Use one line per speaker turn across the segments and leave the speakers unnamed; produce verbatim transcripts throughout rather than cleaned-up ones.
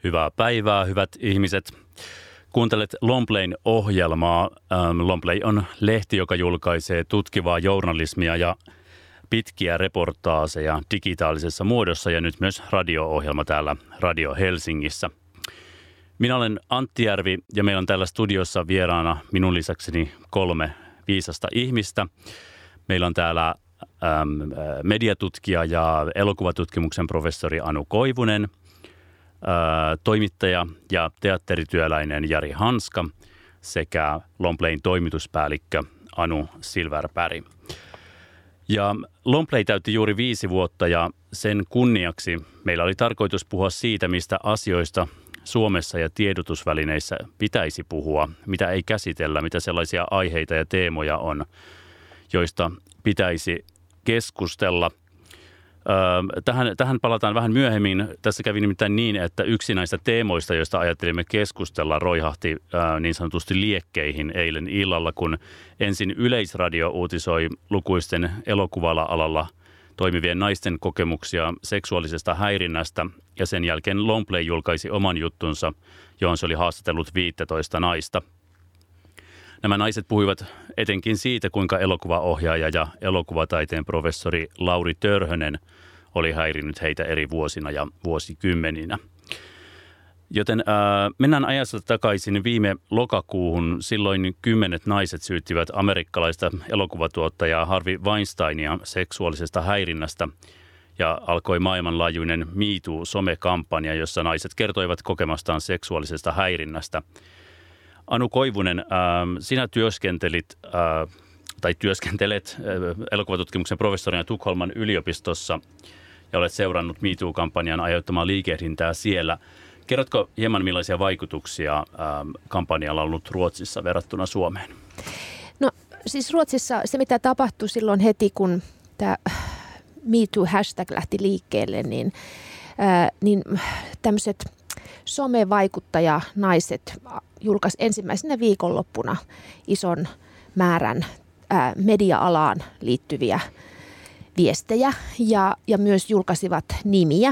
Hyvää päivää, hyvät ihmiset. Kuuntelet Lomplayn ohjelmaa. Ähm, Lomplay on lehti, joka julkaisee tutkivaa journalismia ja pitkiä reportaaseja digitaalisessa muodossa ja nyt myös radio-ohjelma täällä Radio Helsingissä. Minä olen Antti Järvi ja meillä on täällä studiossa vieraana minun lisäkseni kolme viisasta ihmistä. Meillä on täällä äm, mediatutkija ja elokuvatutkimuksen professori Anu Koivunen, ää, toimittaja ja teatterityöläinen Jari Hanska sekä Lomplayn toimituspäällikkö Anu Silverberg. Ja Lomplay täytti juuri viisi vuotta ja sen kunniaksi meillä oli tarkoitus puhua siitä, mistä asioista Suomessa ja tiedotusvälineissä pitäisi puhua, mitä ei käsitellä, mitä sellaisia aiheita ja teemoja on, joista pitäisi keskustella. Öö, tähän, tähän palataan vähän myöhemmin. Tässä kävi nimittäin niin, että yksi näistä teemoista, joista ajattelimme keskustella, roihahti öö, niin sanotusti liekkeihin eilen illalla, kun ensin Yleisradio uutisoi lukuisten elokuva-alalla toimivien naisten kokemuksia seksuaalisesta häirinnästä ja sen jälkeen Lomplay julkaisi oman juttunsa, johon se oli haastatellut viisitoista naista. Nämä naiset puhuivat etenkin siitä, kuinka elokuvaohjaaja ja elokuvataiteen professori Lauri Törhönen oli häirinnyt heitä eri vuosina ja vuosikymmeninä. Joten ää, mennään ajassa takaisin viime lokakuuhun. Silloin kymmenet naiset syyttivät amerikkalaista elokuvatuottajaa Harvey Weinsteinia seksuaalisesta häirinnästä ja alkoi maailmanlaajuinen Me Too-somekampanja, jossa naiset kertoivat kokemastaan seksuaalisesta häirinnästä. Anu Koivunen, ää, sinä työskentelit ää, tai työskentelet ää, elokuvatutkimuksen professorina Tukholman yliopistossa ja olet seurannut Me Too-kampanjan aiheuttamaa liikehdintää siellä. Kerrotko hieman, millaisia vaikutuksia ää, kampanjalla on ollut Ruotsissa verrattuna Suomeen?
No siis Ruotsissa se, mitä tapahtui silloin heti, kun tämä Me Too-hashtag lähti liikkeelle, niin, ää, niin tämmöiset somevaikuttajanaiset julkaisi ensimmäisenä viikonloppuna ison määrän ää, media-alaan liittyviä viestejä ja, ja myös julkaisivat nimiä.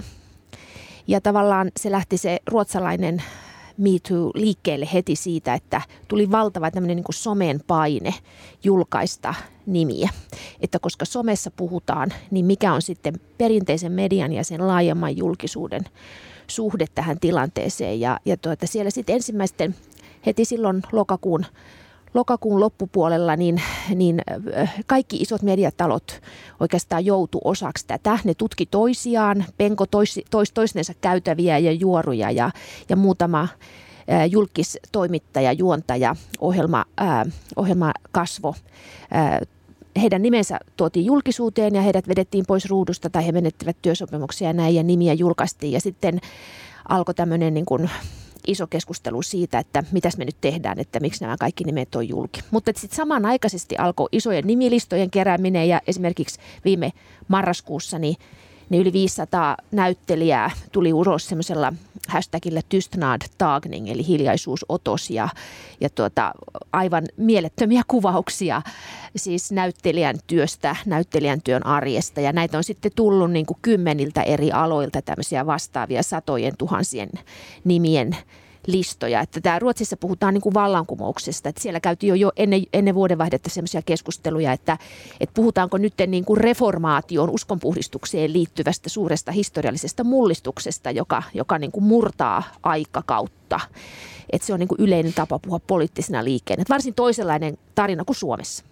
Ja tavallaan se lähti se ruotsalainen Me Too liikkeelle heti siitä, että tuli valtava tämmöinen niin kuin somen paine julkaista nimiä. Että koska somessa puhutaan, niin mikä on sitten perinteisen median ja sen laajemman julkisuuden suhde tähän tilanteeseen. Ja, ja tuota, siellä sitten ensimmäisten heti silloin lokakuun, lokakuun loppupuolella niin, niin kaikki isot mediatalot oikeastaan joutu osaksi tätä. Ne tutki toisiaan, penko tois, tois, toistensa käytäviä ja juoruja ja, ja muutama ää, julkistoimittaja, juontaja, ohjelma, ää, ohjelmakasvo. Ää, heidän nimensä tuotiin julkisuuteen ja heidät vedettiin pois ruudusta tai he menettivät työsopimuksia ja näin ja nimiä julkaistiin. Ja sitten alkoi tämmöinen niin kuin iso keskustelu siitä, että mitäs me nyt tehdään, että miksi nämä kaikki nimet on julki. Mutta sitten samanaikaisesti alkoi isojen nimilistojen kerääminen ja esimerkiksi viime marraskuussa niin, niin yli viisisataa näyttelijää tuli ulos semmoisella hashtagillä Tystnad tagning eli hiljaisuusotos ja, ja tuota, aivan mielettömiä kuvauksia siis näyttelijän työstä, näyttelijän työn arjesta ja näitä on sitten tullut niin kuin kymmeniltä eri aloilta tämmöisiä vastaavia satojen tuhansien nimien listoja. Että tämä Ruotsissa puhutaan niin kuin vallankumouksesta, että siellä käytiin jo, jo ennen, ennen vuodenvaihdetta sellaisia keskusteluja, että, että puhutaanko nyt niin kuin reformaation, uskonpuhdistukseen liittyvästä suuresta historiallisesta mullistuksesta, joka, joka niin kuin murtaa aikakautta. Että se on niin kuin yleinen tapa puhua poliittisena liikkeenä. Että varsin toisenlainen tarina kuin Suomessa.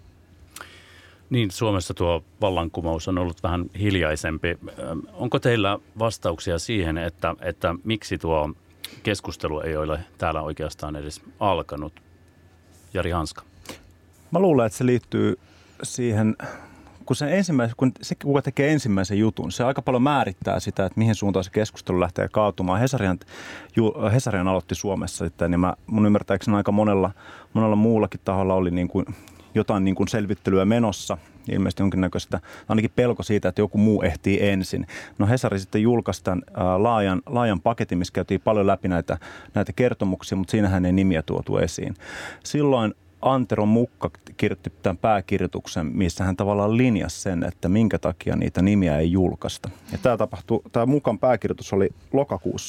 Niin, Suomessa tuo vallankumous on ollut vähän hiljaisempi. Onko teillä vastauksia siihen, että, että miksi tuo keskustelu ei ole täällä oikeastaan edes alkanut? Jari Hanska.
Mä luulen, että se liittyy siihen, kun, se ensimmäisen, kun se, kuka tekee ensimmäisen jutun, se aika paljon määrittää sitä, että mihin suuntaan se keskustelu lähtee kaatumaan. Hesarian, Hesarian aloitti Suomessa sitten, niin mä, mun ymmärtääkseni aika monella, monella muullakin taholla oli niin kuin jotain niin kuin selvittelyä menossa. Ilmeisesti jonkinnäköistä, ainakin pelko siitä, että joku muu ehtii ensin. No Hesari sitten julkaisi tämän ää, laajan, laajan paketin, missä käytiin paljon läpi näitä, näitä kertomuksia, mutta siinähän ei nimiä tuotu esiin. Silloin Antero Mukka kirjoitti tämän pääkirjoituksen, missä hän tavallaan linjasi sen, että minkä takia niitä nimiä ei julkaista. Ja tämä tapahtui, tämä Mukan pääkirjoitus oli lokakuussa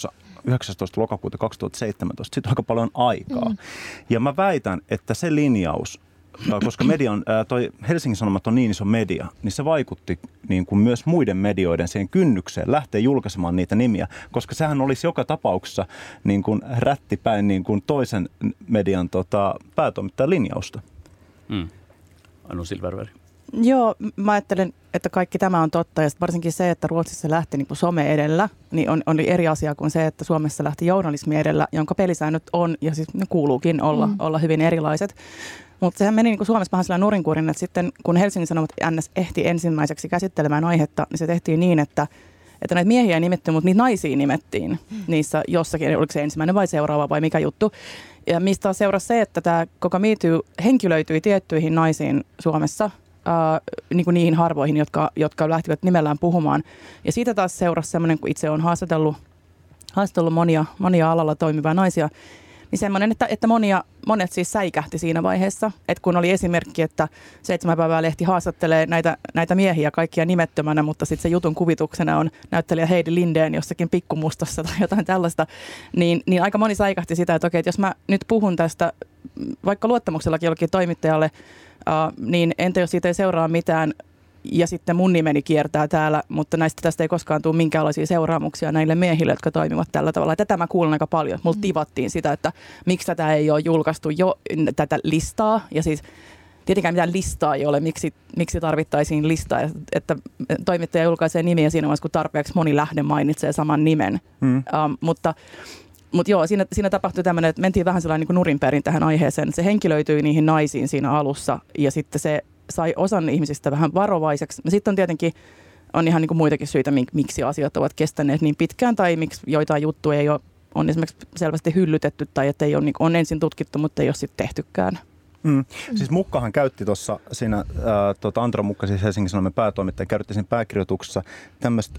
yhdeksästoista lokakuuta kaksituhattaseitsemäntoista. Siitä on aika paljon aikaa. Mm. Ja mä väitän, että se linjaus, koska median, toi Helsingin Sanomat on niin iso media, niin se vaikutti niin kuin myös muiden medioiden siihen kynnykseen lähteä julkaisemaan niitä nimiä, koska sehän olisi joka tapauksessa niin kuin rättipäin niin kuin toisen median tota, päätoimittajan linjausta.
Mm. Anu Silverberg.
Joo, mä ajattelen, että kaikki tämä on totta ja varsinkin se, että Ruotsissa lähti niin kuin some edellä, niin on, on eri asia kuin se, että Suomessa lähti journalismi edellä, jonka pelisäännöt on ja siis ne kuuluukin olla, mm. olla hyvin erilaiset. Mutta sehän meni niin kuin Suomessa vähän sellainen nurinkurin, että sitten kun Helsingin Sanomat N S ehti ensimmäiseksi käsittelemään aihetta, niin se tehtiin niin, että, että näitä miehiä ei nimetty, mutta niitä naisia nimettiin mm. niissä jossakin, oliko se ensimmäinen vai seuraava vai mikä juttu. Ja mistä seurasi se, että tämä koko Me Too henkilöityi tiettyihin naisiin Suomessa, Uh, niin kuin niihin harvoihin, jotka, jotka lähtivät nimellään puhumaan. Ja siitä taas seurasi semmoinen, kun itse olen haastatellut, haastatellut monia, monia alalla toimivia naisia, niin semmoinen, että, että monia, monet siis säikähti siinä vaiheessa, että kun oli esimerkki, että Seitsemän päivää lehti haastattelee näitä, näitä miehiä kaikkia nimettömänä, mutta sitten se jutun kuvituksena on näyttelijä Heidi Lindén jossakin pikkumustassa tai jotain tällaista, niin, niin aika moni säikähti sitä, että okei, että jos mä nyt puhun tästä vaikka luottamuksellakin jollekin toimittajalle, Uh, niin entä jos siitä ei seuraa mitään ja sitten mun nimeni kiertää täällä, mutta näistä tästä ei koskaan tule minkäänlaisia seuraamuksia näille miehille, jotka toimivat tällä tavalla. Tätä mä kuulen aika paljon. Mulla tivattiin sitä, että miksi tätä ei ole julkaistu jo tätä listaa ja siis tietenkään mitään listaa ei ole, miksi, miksi tarvittaisiin listaa, että toimittaja julkaisee nimiä siinä vaiheessa, kun tarpeeksi moni lähde mainitsee saman nimen, mm. uh, mutta Mutta joo, siinä, siinä tapahtui tämmöinen, että mentiin vähän sellainen niin kuin nurinperin tähän aiheeseen. Se henkilöityi niihin naisiin siinä alussa ja sitten se sai osan ihmisistä vähän varovaiseksi. Ja sitten on tietenkin on ihan niin kuin muitakin syitä, miksi asiat ovat kestäneet niin pitkään tai miksi joitain juttuja ei ole, on esimerkiksi selvästi hyllytetty tai että ei ole, niin on ensin tutkittu, mutta ei ole sitten tehtykään.
Mm. Siis Mukkahan käytti tuossa siinä, äh, tuota Antero Mukka, siis Helsingin Sanomien päätoimittaja, käytti siinä pääkirjoituksessa tämmöistä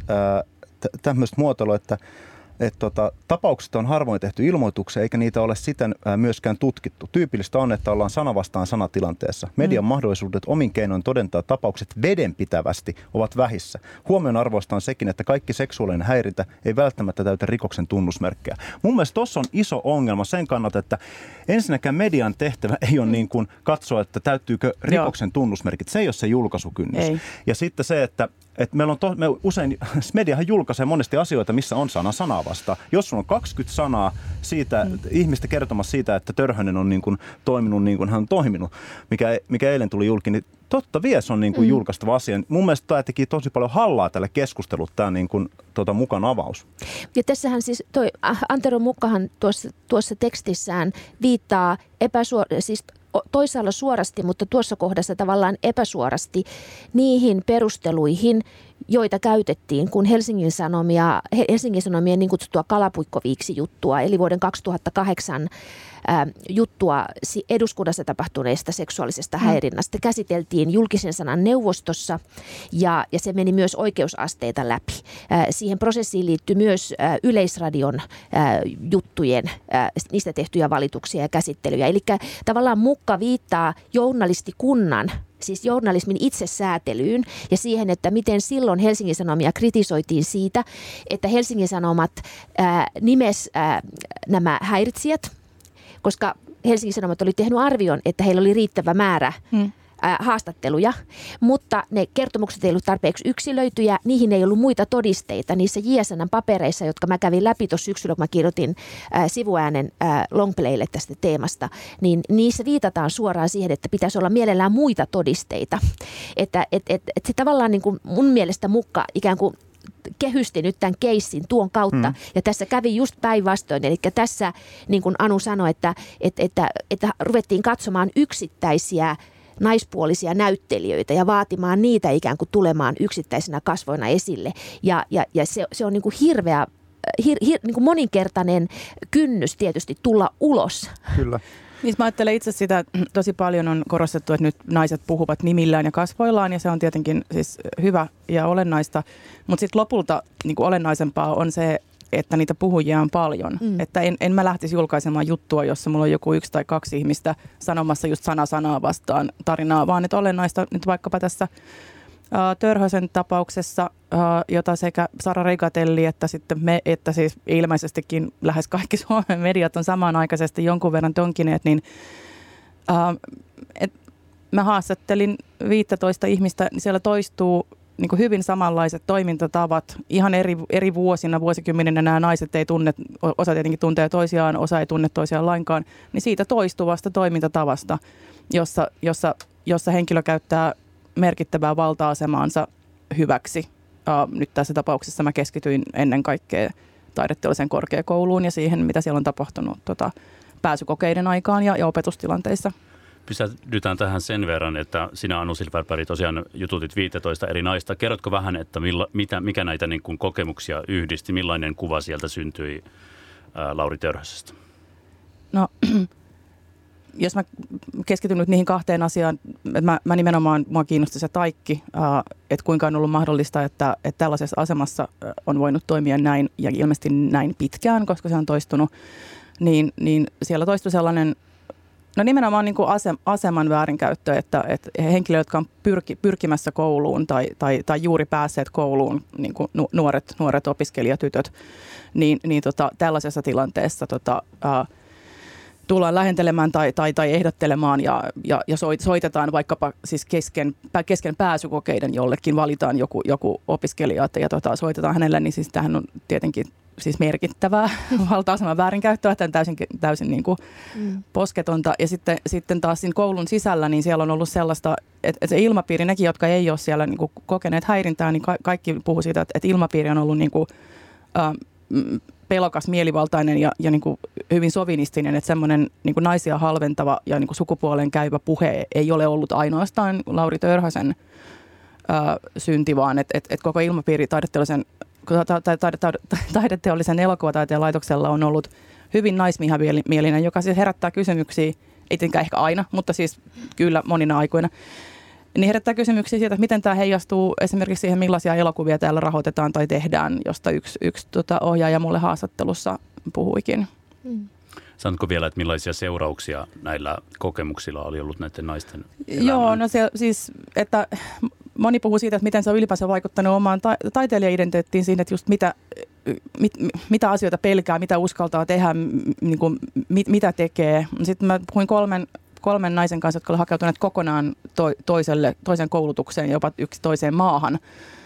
äh, muotoilua, että että tota, tapaukset on harvoin tehty ilmoituksia, eikä niitä ole siten ää, myöskään tutkittu. Tyypillistä on, että ollaan sana vastaan sanatilanteessa. Median mm. mahdollisuudet omin keinoin todentaa tapaukset vedenpitävästi ovat vähissä. Huomionarvoista on sekin, että kaikki seksuaalinen häirintä ei välttämättä täytä rikoksen tunnusmerkkejä. Mun mielestä tuossa on iso ongelma sen kannalta, että ensinnäkään median tehtävä ei ole niin kuin katsoa, että täyttyykö rikoksen tunnusmerkit. Se ei ole se julkaisukynnys. Ei. Ja sitten se, että että meillä on to, me usein, mediahan julkaisee monesti asioita, missä on sana sanaa vastaan. Jos on kaksikymmentä sanaa siitä, mm. ihmistä kertomassa siitä, että Törhönen on niin kuin toiminut niin kuin hän on toiminut, mikä, mikä eilen tuli julki, niin totta vie se on niin kuin mm. julkaistava asia. Mun mielestä tämä teki tosi paljon hallaa tälle keskustelulle, tämä niin kuin, tuota, Mukan avaus.
Ja tässähän siis toi Antero Mukkahan tuossa, tuossa tekstissään viittaa epäsuor- siis toisaalla suorasti, mutta tuossa kohdassa tavallaan epäsuorasti niihin perusteluihin, joita käytettiin, kun Helsingin Sanomia, Helsingin Sanomien niin kutsuttua Kalapuikkoviiksi-juttua, eli vuoden kaksituhattakahdeksan ää, juttua eduskunnassa tapahtuneesta seksuaalisesta häirinnästä, käsiteltiin julkisen sanan neuvostossa ja, ja se meni myös oikeusasteita läpi. Ää, siihen prosessiin liittyi myös ää, Yleisradion ää, juttujen, ää, niistä tehtyjä valituksia ja käsittelyjä. Eli tavallaan Mukka viittaa journalistikunnan, siis journalismin itsesäätelyyn ja siihen, että miten silloin Helsingin Sanomia kritisoitiin siitä, että Helsingin Sanomat ää, nimes ää, nämä häiritsijät, koska Helsingin Sanomat oli tehnyt arvion, että heillä oli riittävä määrä hmm. ää, haastatteluja, mutta ne kertomukset ei ollut tarpeeksi yksilöityjä, niihin ei ollut muita todisteita. Niissä J S N:n papereissa, jotka mä kävin läpi tuossa syksyllä, kun mä kirjoitin ää, sivuäänen ää, Longplaylle tästä teemasta, niin niissä viitataan suoraan siihen, että pitäisi olla mielellään muita todisteita. Että et, et, et se tavallaan niin kuin mun mielestä Mukka ikään kuin kehysti nyt tämän keissin tuon kautta, mm. ja tässä kävi just päinvastoin. Eli tässä, niin kuin Anu sanoi, että, että, että, että ruvettiin katsomaan yksittäisiä naispuolisia näyttelijöitä ja vaatimaan niitä ikään kuin tulemaan yksittäisenä kasvoina esille. Ja, ja, ja se, se on niin kuin hirveä, hir, hir, niin kuin moninkertainen kynnys tietysti tulla ulos.
Kyllä.
Niin mä ajattelen itse sitä, että tosi paljon on korostettu, että nyt naiset puhuvat nimillään ja kasvoillaan ja se on tietenkin siis hyvä ja olennaista. Mutta sitten lopulta niin kuin olennaisempaa on se, että niitä puhujia on paljon. Mm. Että en, en mä lähtisi julkaisemaan juttua, jossa mulla on joku yksi tai kaksi ihmistä sanomassa just sana sanaa vastaan tarinaa, vaan että olennaista nyt vaikkapa tässä Törhösen tapauksessa, jota sekä Sara Rigatelli että sitten me, että siis ilmeisestikin lähes kaikki Suomen mediat on samanaikaisesti jonkun verran tonkineet, niin et mä haastattelin viisitoista ihmistä, niin siellä toistuu niin kuin hyvin samanlaiset toimintatavat. Ihan eri, eri vuosina, vuosikymmeninä nämä naiset ei tunne, osa tietenkin tuntee toisiaan, osa ei tunne toisiaan lainkaan, niin siitä toistuvasta toimintatavasta, jossa, jossa, jossa henkilö käyttää merkittävää valta-asemaansa hyväksi. Uh, nyt tässä tapauksessa mä keskityin ennen kaikkea taideteolliseen korkeakouluun ja siihen, mitä siellä on tapahtunut tota, pääsykokeiden aikaan ja, ja opetustilanteissa.
Pysähdytään tähän sen verran, että sinä, Anu Silfverberg, tosiaan jututit viisitoista eri naista. Kerrotko vähän, että milla, mitä, mikä näitä niin kuin kokemuksia yhdisti? Millainen kuva sieltä syntyi ää, Lauri Törhösestä?
No, jos mä keskityn nyt niihin kahteen asiaan, mä, mä nimenomaan, mua kiinnosti se taikki, ää, että kuinka on ollut mahdollista, että, että tällaisessa asemassa on voinut toimia näin ja ilmeisesti näin pitkään, koska se on toistunut, niin, niin siellä toistui sellainen. No nimenomaan niin kuin aseman väärinkäyttö, että, että henkilöt, jotka on pyrki, pyrkimässä kouluun tai, tai, tai juuri päässeet kouluun, niin kuin nuoret, nuoret opiskelijatytöt, niin, niin tota, tällaisessa tilanteessa tota, ää, tullaan lähentelemään tai, tai, tai ehdottelemaan ja, ja, ja soitetaan vaikkapa siis kesken, kesken pääsykokeiden jollekin, valitaan joku, joku opiskelija ja tota, soitetaan hänelle, niin siis tämähän on tietenkin siis merkittävää valta-aseman väärinkäyttöä, tämän täysin, täysin niin kuin mm. posketonta. Ja sitten, sitten taas siinä koulun sisällä, niin siellä on ollut sellaista, että, että se ilmapiiri, nekin, jotka ei ole siellä niin kuin kokeneet häirintää, niin ka- kaikki puhuu siitä, että, että ilmapiiri on ollut niin kuin, äh, pelokas, mielivaltainen ja, ja niin kuin hyvin sovinistinen, että semmoinen niin kuin naisia halventava ja niin kuin sukupuoleen käyvä puhe ei ole ollut ainoastaan Lauri Törhösen äh, synti, vaan että, että, että koko ilmapiiri taideteollisen taideteollisen elokuvataiteen laitoksella on ollut hyvin naismihamielinen, joka siis herättää kysymyksiä, ei tietenkään ehkä aina, mutta siis kyllä monina aikoina, niin herättää kysymyksiä siitä, että miten tämä heijastuu esimerkiksi siihen, millaisia elokuvia täällä rahoitetaan tai tehdään, josta yksi, yksi tota, ohjaaja mulle haastattelussa puhuikin.
Mm. Sanotko vielä, että millaisia seurauksia näillä kokemuksilla oli ollut näiden naisten elämään?
Joo, no se siis, että moni puhuu siitä, että miten se on ylipäänsä vaikuttanut omaan ta- taiteilija-identiteettiin siinä, että just mitä, mit, mitä asioita pelkää, mitä uskaltaa tehdä, niin kuin, mit, mitä tekee. Sitten mä puhuin kolmen, kolmen naisen kanssa, jotka olivat hakeutuneet kokonaan to, toiselle, toisen koulutukseen ja jopa yksi toiseen maahan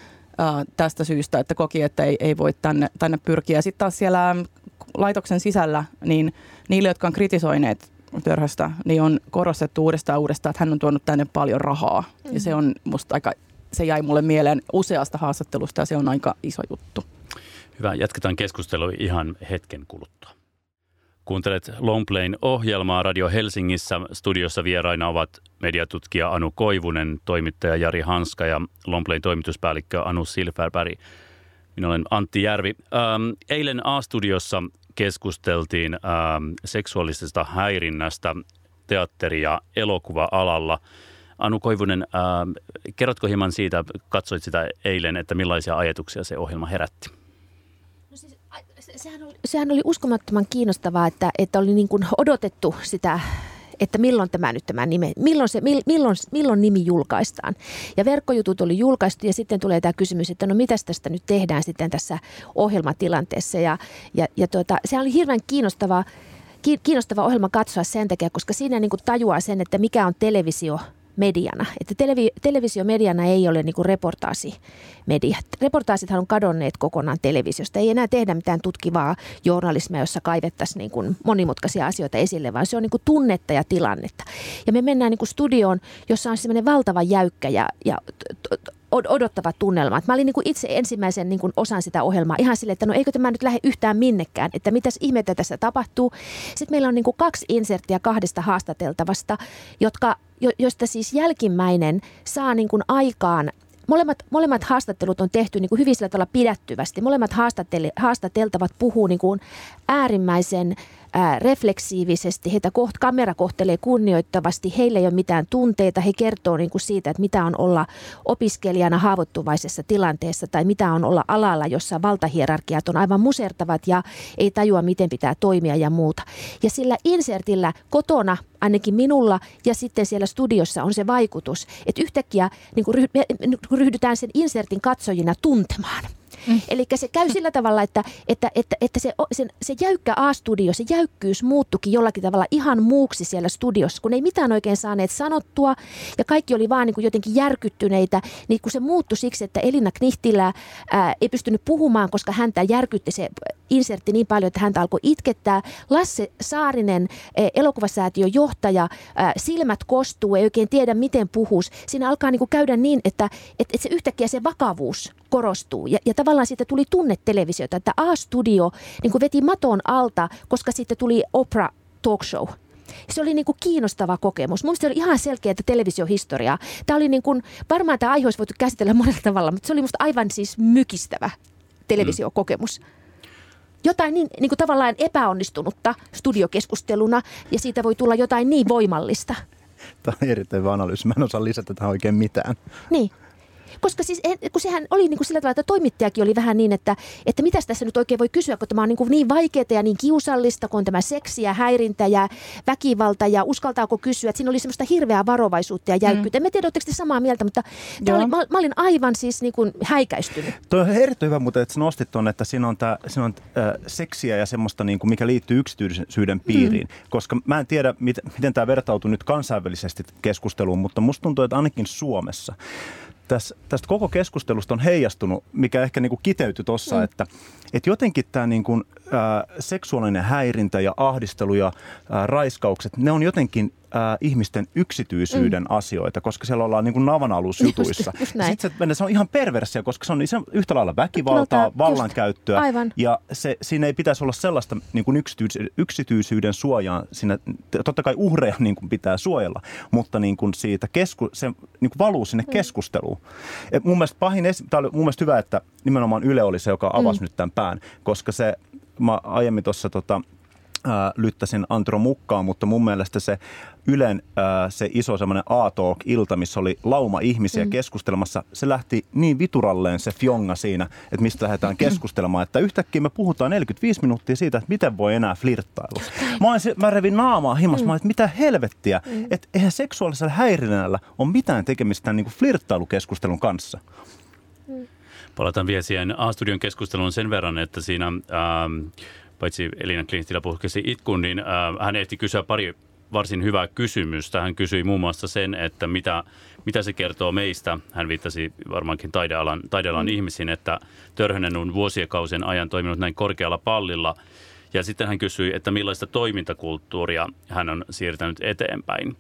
ää, tästä syystä, että koki, että ei, ei voi tänne, tänne pyrkiä. Sitten taas siellä laitoksen sisällä, niin niille, jotka on kritisoineet Törhöstä, niin on korostettu uudestaan uudestaan, että hän on tuonut tänne paljon rahaa. Mm-hmm. Ja se on musta aika, se jäi mulle mieleen useasta haastattelusta ja se on aika iso juttu.
Hyvä, jatketaan keskustelua ihan hetken kuluttua. Kuuntelet Longplayn ohjelmaa Radio Helsingissä. Studiossa vieraina ovat mediatutkija Anu Koivunen, toimittaja Jari Hanska ja Longplayn toimituspäällikkö Anu Silfverberg. Minä olen Antti Järvi. Ähm, eilen A-studiossa keskusteltiin ähm, seksuaalisesta häirinnästä teatteri- ja elokuva-alalla. Anu Koivunen, ähm, kerrotko hieman siitä, katsoit sitä eilen, että millaisia ajatuksia se ohjelma herätti?
No siis, sehän, oli, sehän oli uskomattoman kiinnostavaa, että, että oli niin kuin odotettu sitä, että milloin tämä nyt tämä nime, milloin, se, milloin, milloin nimi julkaistaan. Ja verkkojutut oli julkaistu ja sitten tulee tämä kysymys, että no mitäs tästä nyt tehdään sitten tässä ohjelmatilanteessa. Ja, ja, ja tuota, se oli hirveän kiinnostava, kiinnostava ohjelma katsoa sen takia, koska siinä niin kuin tajuaa sen, että mikä on televisio mediana. Että televi- televisiomediana ei ole niin kuin reportaasimedia. Reportaasithan on kadonneet kokonaan televisiosta. Ei enää tehdä mitään tutkivaa journalismia, jossa kaivettaisiin niin kuin monimutkaisia asioita esille, vaan se on niin kuin tunnetta ja tilannetta. Ja me mennään niin kuin studioon, jossa on sellainen valtava jäykkä ja, ja odottava tunnelma. Mä olin niin kuin itse ensimmäisen niin kuin osan sitä ohjelmaa ihan silleen, että no eikö tämä nyt lähde yhtään minnekään, että mitäs ihmettä tässä tapahtuu. Sitten meillä on niin kuin kaksi inserttiä kahdesta haastateltavasta, jotka, jo, joista siis jälkimmäinen saa niin kuin aikaan. Molemmat, molemmat haastattelut on tehty niin kuin hyvin sillä tavalla pidättyvästi. Molemmat haastateltavat puhuu niin kuin äärimmäisen ää, refleksiivisesti, heitä koht, kamera kohtelee kunnioittavasti, heillä ei ole mitään tunteita, he kertoo niin kuin siitä, että mitä on olla opiskelijana haavoittuvaisessa tilanteessa tai mitä on olla alalla, jossa valtahierarkiat on aivan musertavat ja ei tajua, miten pitää toimia ja muuta. Ja sillä insertillä kotona, ainakin minulla ja sitten siellä studiossa on se vaikutus, että yhtäkkiä niin kuin ryhdytään sen insertin katsojina tuntemaan. Mm. Eli se käy sillä tavalla, että, että, että, että se, se, se jäykkä A-studio, se jäykkyys muuttukin jollakin tavalla ihan muuksi siellä studiossa, kun ei mitään oikein saaneet sanottua ja kaikki oli vaan niin kuin jotenkin järkyttyneitä, niin kun se muuttui siksi, että Elina Knihtilä ää, ei pystynyt puhumaan, koska häntä järkytti se insertti niin paljon, että häntä alkoi itkettää. Lasse Saarinen, ää, elokuvasäätiön johtaja, ää, silmät kostuu, ei oikein tiedä miten puhuisi. Siinä alkaa niin kuin käydä niin, että, että, että se yhtäkkiä se vakavuus korostuu ja, ja tavallaan siitä tuli tunnetelevisiota, että A-studio niin kuin veti maton alta, koska sitten tuli Oprah talk show. Se oli niin kuin kiinnostava kokemus. Mun mielestä se oli ihan selkeää televisiohistoriaa. Tämä oli niin kuin, varmaan tämä aihe olisi voitu käsitellä monella tavalla, mutta se oli musta aivan siis mykistävä televisiokokemus. Jotain niin, niin kuin tavallaan epäonnistunutta studiokeskusteluna ja siitä voi tulla jotain niin voimallista.
Tämä on erittäin hyvä analyysi. Mä en osaa lisätä tähän oikein mitään.
Niin. Koska siis, kun sehän oli niin kuin sillä tavalla, että toimittajakin oli vähän niin, että, että mitäs tässä nyt oikein voi kysyä, kun tämä on niin, kuin niin vaikeaa ja niin kiusallista, kun on tämä seksi ja häirintä ja väkivalta ja uskaltaako kysyä. Että siinä oli semmoista hirveää varovaisuutta ja jäykkyyttä. Mm. En tiedä, oletteko te samaa mieltä, mutta oli, mä, mä olin aivan siis niin kuin häikäistynyt.
Tuo on erittäin hyvä, mutta että sä nostit tuonne, että siinä on, tää, siinä on äh, seksiä ja semmoista, niin kuin, mikä liittyy yksityisyyden piiriin. Mm. Koska mä en tiedä, miten, miten tämä vertautuu nyt kansainvälisesti keskusteluun, mutta musta tuntuu, että ainakin Suomessa Tästä, tästä koko keskustelusta on heijastunut, mikä ehkä niin kuin kiteytyi tuossa, mm. että, että jotenkin tämä niin kuin, ä, seksuaalinen häirintä ja ahdistelu ja ä, raiskaukset, ne on jotenkin ä, ihmisten yksityisyyden mm. asioita, koska siellä ollaan niin kuin navanalusjutuissa. Just, just Sitten se on ihan perversia, koska se on yhtä lailla väkivaltaa, Väkivaltaa, vallankäyttöä. Aivan. Ja se, siinä ei pitäisi olla sellaista niin kuin yksityis, yksityisyyden suojaa. Siinä, totta kai uhreja niin kuin pitää suojella, mutta niin kuin siitä kesku, se niin kuin valuu sinne mm. keskusteluun. Et mun mielestä pahin, tämä oli mun mielestä hyvä, että nimenomaan Yle oli se, joka avasi mm. nyt tämän pään, koska se, mä aiemmin tuossa tota, ää, lyttäsin Antero mukaan, mutta mun mielestä se Ylen ää, se iso semmoinen A-talk-ilta, missä oli lauma ihmisiä mm. keskustelemassa, se lähti niin vituralleen se fjonga siinä, että mistä lähdetään keskustelemaan, että yhtäkkiä me puhutaan neljäkymmentäviisi minuuttia siitä, että miten voi enää flirttailla. Mä, olin, mä revin naamaa himas, mm. mä olin, että mitä helvettiä, mm. että eihän seksuaalisella häirinnällä ole mitään tekemistä tämän niin kuin flirttailukeskustelun kanssa.
Mm. Palataan vielä siihen A-studion keskusteluun sen verran, että siinä ähm, paitsi Elina Knihtilä puhkesi itkuun, niin äh, hän ehti kysyä pari varsin hyvää kysymystä. Hän kysyi muun muassa sen, että mitä, mitä se kertoo meistä. Hän viittasi varmaankin taidealan, taidealan mm. ihmisiin, että Törhönen on vuosikausien ajan toiminut näin korkealla pallilla. Ja sitten hän kysyi, että millaista toimintakulttuuria hän on siirtänyt eteenpäin.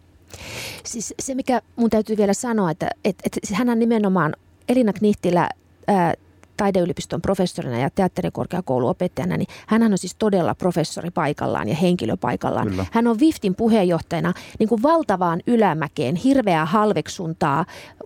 Siis se, mikä mun täytyy vielä sanoa, että, että, että hän on nimenomaan Elina Knihtilä ää, taideyliopiston professorina ja teatterikorkeakouluopettajana, niin hänhän on siis todella professori paikallaan ja henkilö paikallaan. Kyllä. Hän on Viftin puheenjohtajana niin kuin valtavaan ylämäkeen, hirveää halveksuntaa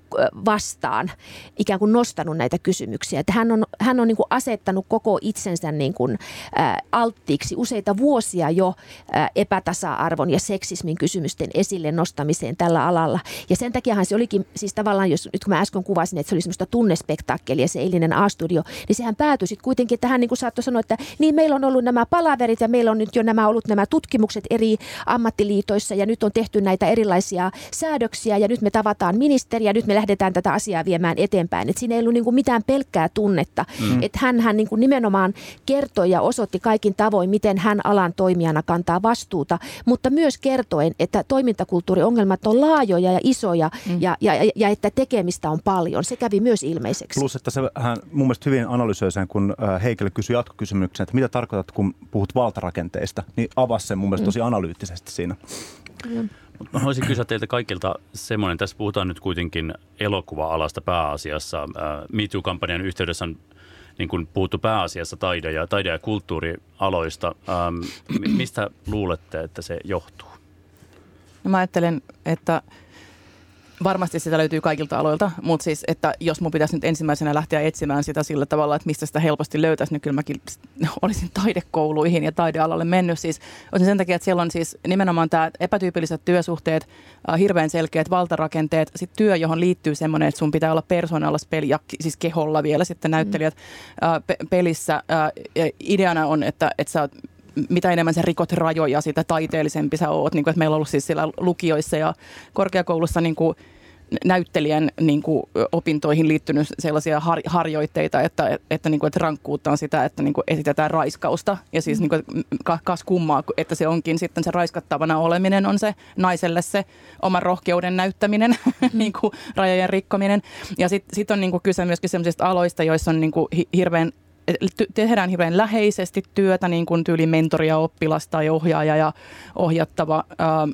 vastaan, ikään kuin nostanut näitä kysymyksiä. Että hän on, hän on niin kuin asettanut koko itsensä niin kuin, ä, alttiiksi useita vuosia jo ä, epätasa-arvon ja seksismin kysymysten esille nostamiseen tällä alalla. Ja sen takiahan se olikin siis tavallaan, jos nyt kun mä äsken kuvasin, että se oli semmoista tunnespektaakkelia, se eilinen A-studio, niin sehän päätyi sitten kuitenkin, että hän niin kuin saattoi sanoa, että niin meillä on ollut nämä palaverit ja meillä on nyt jo nämä ollut nämä tutkimukset eri ammattiliitoissa ja nyt on tehty näitä erilaisia säädöksiä ja nyt me tavataan ministeriä, nyt me lähdetään tätä asiaa viemään eteenpäin. Et siinä ei ollut niin kuin mitään pelkkää tunnetta. Mm. Että hän, hän niin kuin nimenomaan kertoi ja osoitti kaikin tavoin, miten hän alan toimijana kantaa vastuuta, mutta myös kertoen, että toimintakulttuuriongelmat on laajoja ja isoja mm. ja, ja, ja että tekemistä on paljon. Se kävi myös ilmeiseksi.
Plus, että se hän mun mielestä hyvin analysoi sen, kun Heikelä kysyi jatkokysymyksen, että mitä tarkoitat, kun puhut valtarakenteista, niin avasi sen mun mielestä tosi analyyttisesti siinä.
Mm.
Mä haluaisin kysyä teiltä kaikilta semmoinen, tässä puhutaan nyt kuitenkin elokuva-alasta pääasiassa. Me Too-kampanjan yhteydessä on niin kuin puhuttu pääasiassa taide- ja, taide- ja kulttuurialoista. Ähm, mistä luulette, että se johtuu?
No mä ajattelen, että Varmasti sitä löytyy kaikilta aloilta, mutta siis, että jos mun pitäisi nyt ensimmäisenä lähteä etsimään sitä sillä tavalla, että mistä sitä helposti löytäisi, niin kyllä mäkin olisin taidekouluihin ja taidealalle mennyt. Siis olisin sen takia, että siellä on siis nimenomaan tämä epätyypilliset työsuhteet, äh, hirveän selkeät valtarakenteet, sitten työ, johon liittyy semmoinen, että sun pitää olla persoonallis peli ja siis keholla vielä sitten näyttelijät äh, pe- pelissä. Äh, ideana on, että, että sä oot mitä enemmän sä rikot rajoja, sitä taiteellisempi sä oot. Niin kuin, että meillä on ollut siis siellä lukioissa ja korkeakoulussa niin kuin näyttelijän niin kuin opintoihin liittynyt sellaisia har, harjoitteita, että, että, että, niin kuin, että rankkuutta on sitä, että niin kuin esitetään raiskausta. Ja siis niin kuin, kas kummaa, että se onkin sitten se raiskattavana oleminen on se naiselle se oman rohkeuden näyttäminen, niin kuin rajojen rikkominen. Ja sitten sit on niin kuin kyse myöskin sellaisista aloista, joissa on niin kuin hirveän tehdään hirveän läheisesti työtä, niin kuin tyyli mentoria, oppilas tai ohjaaja ja ohjattava.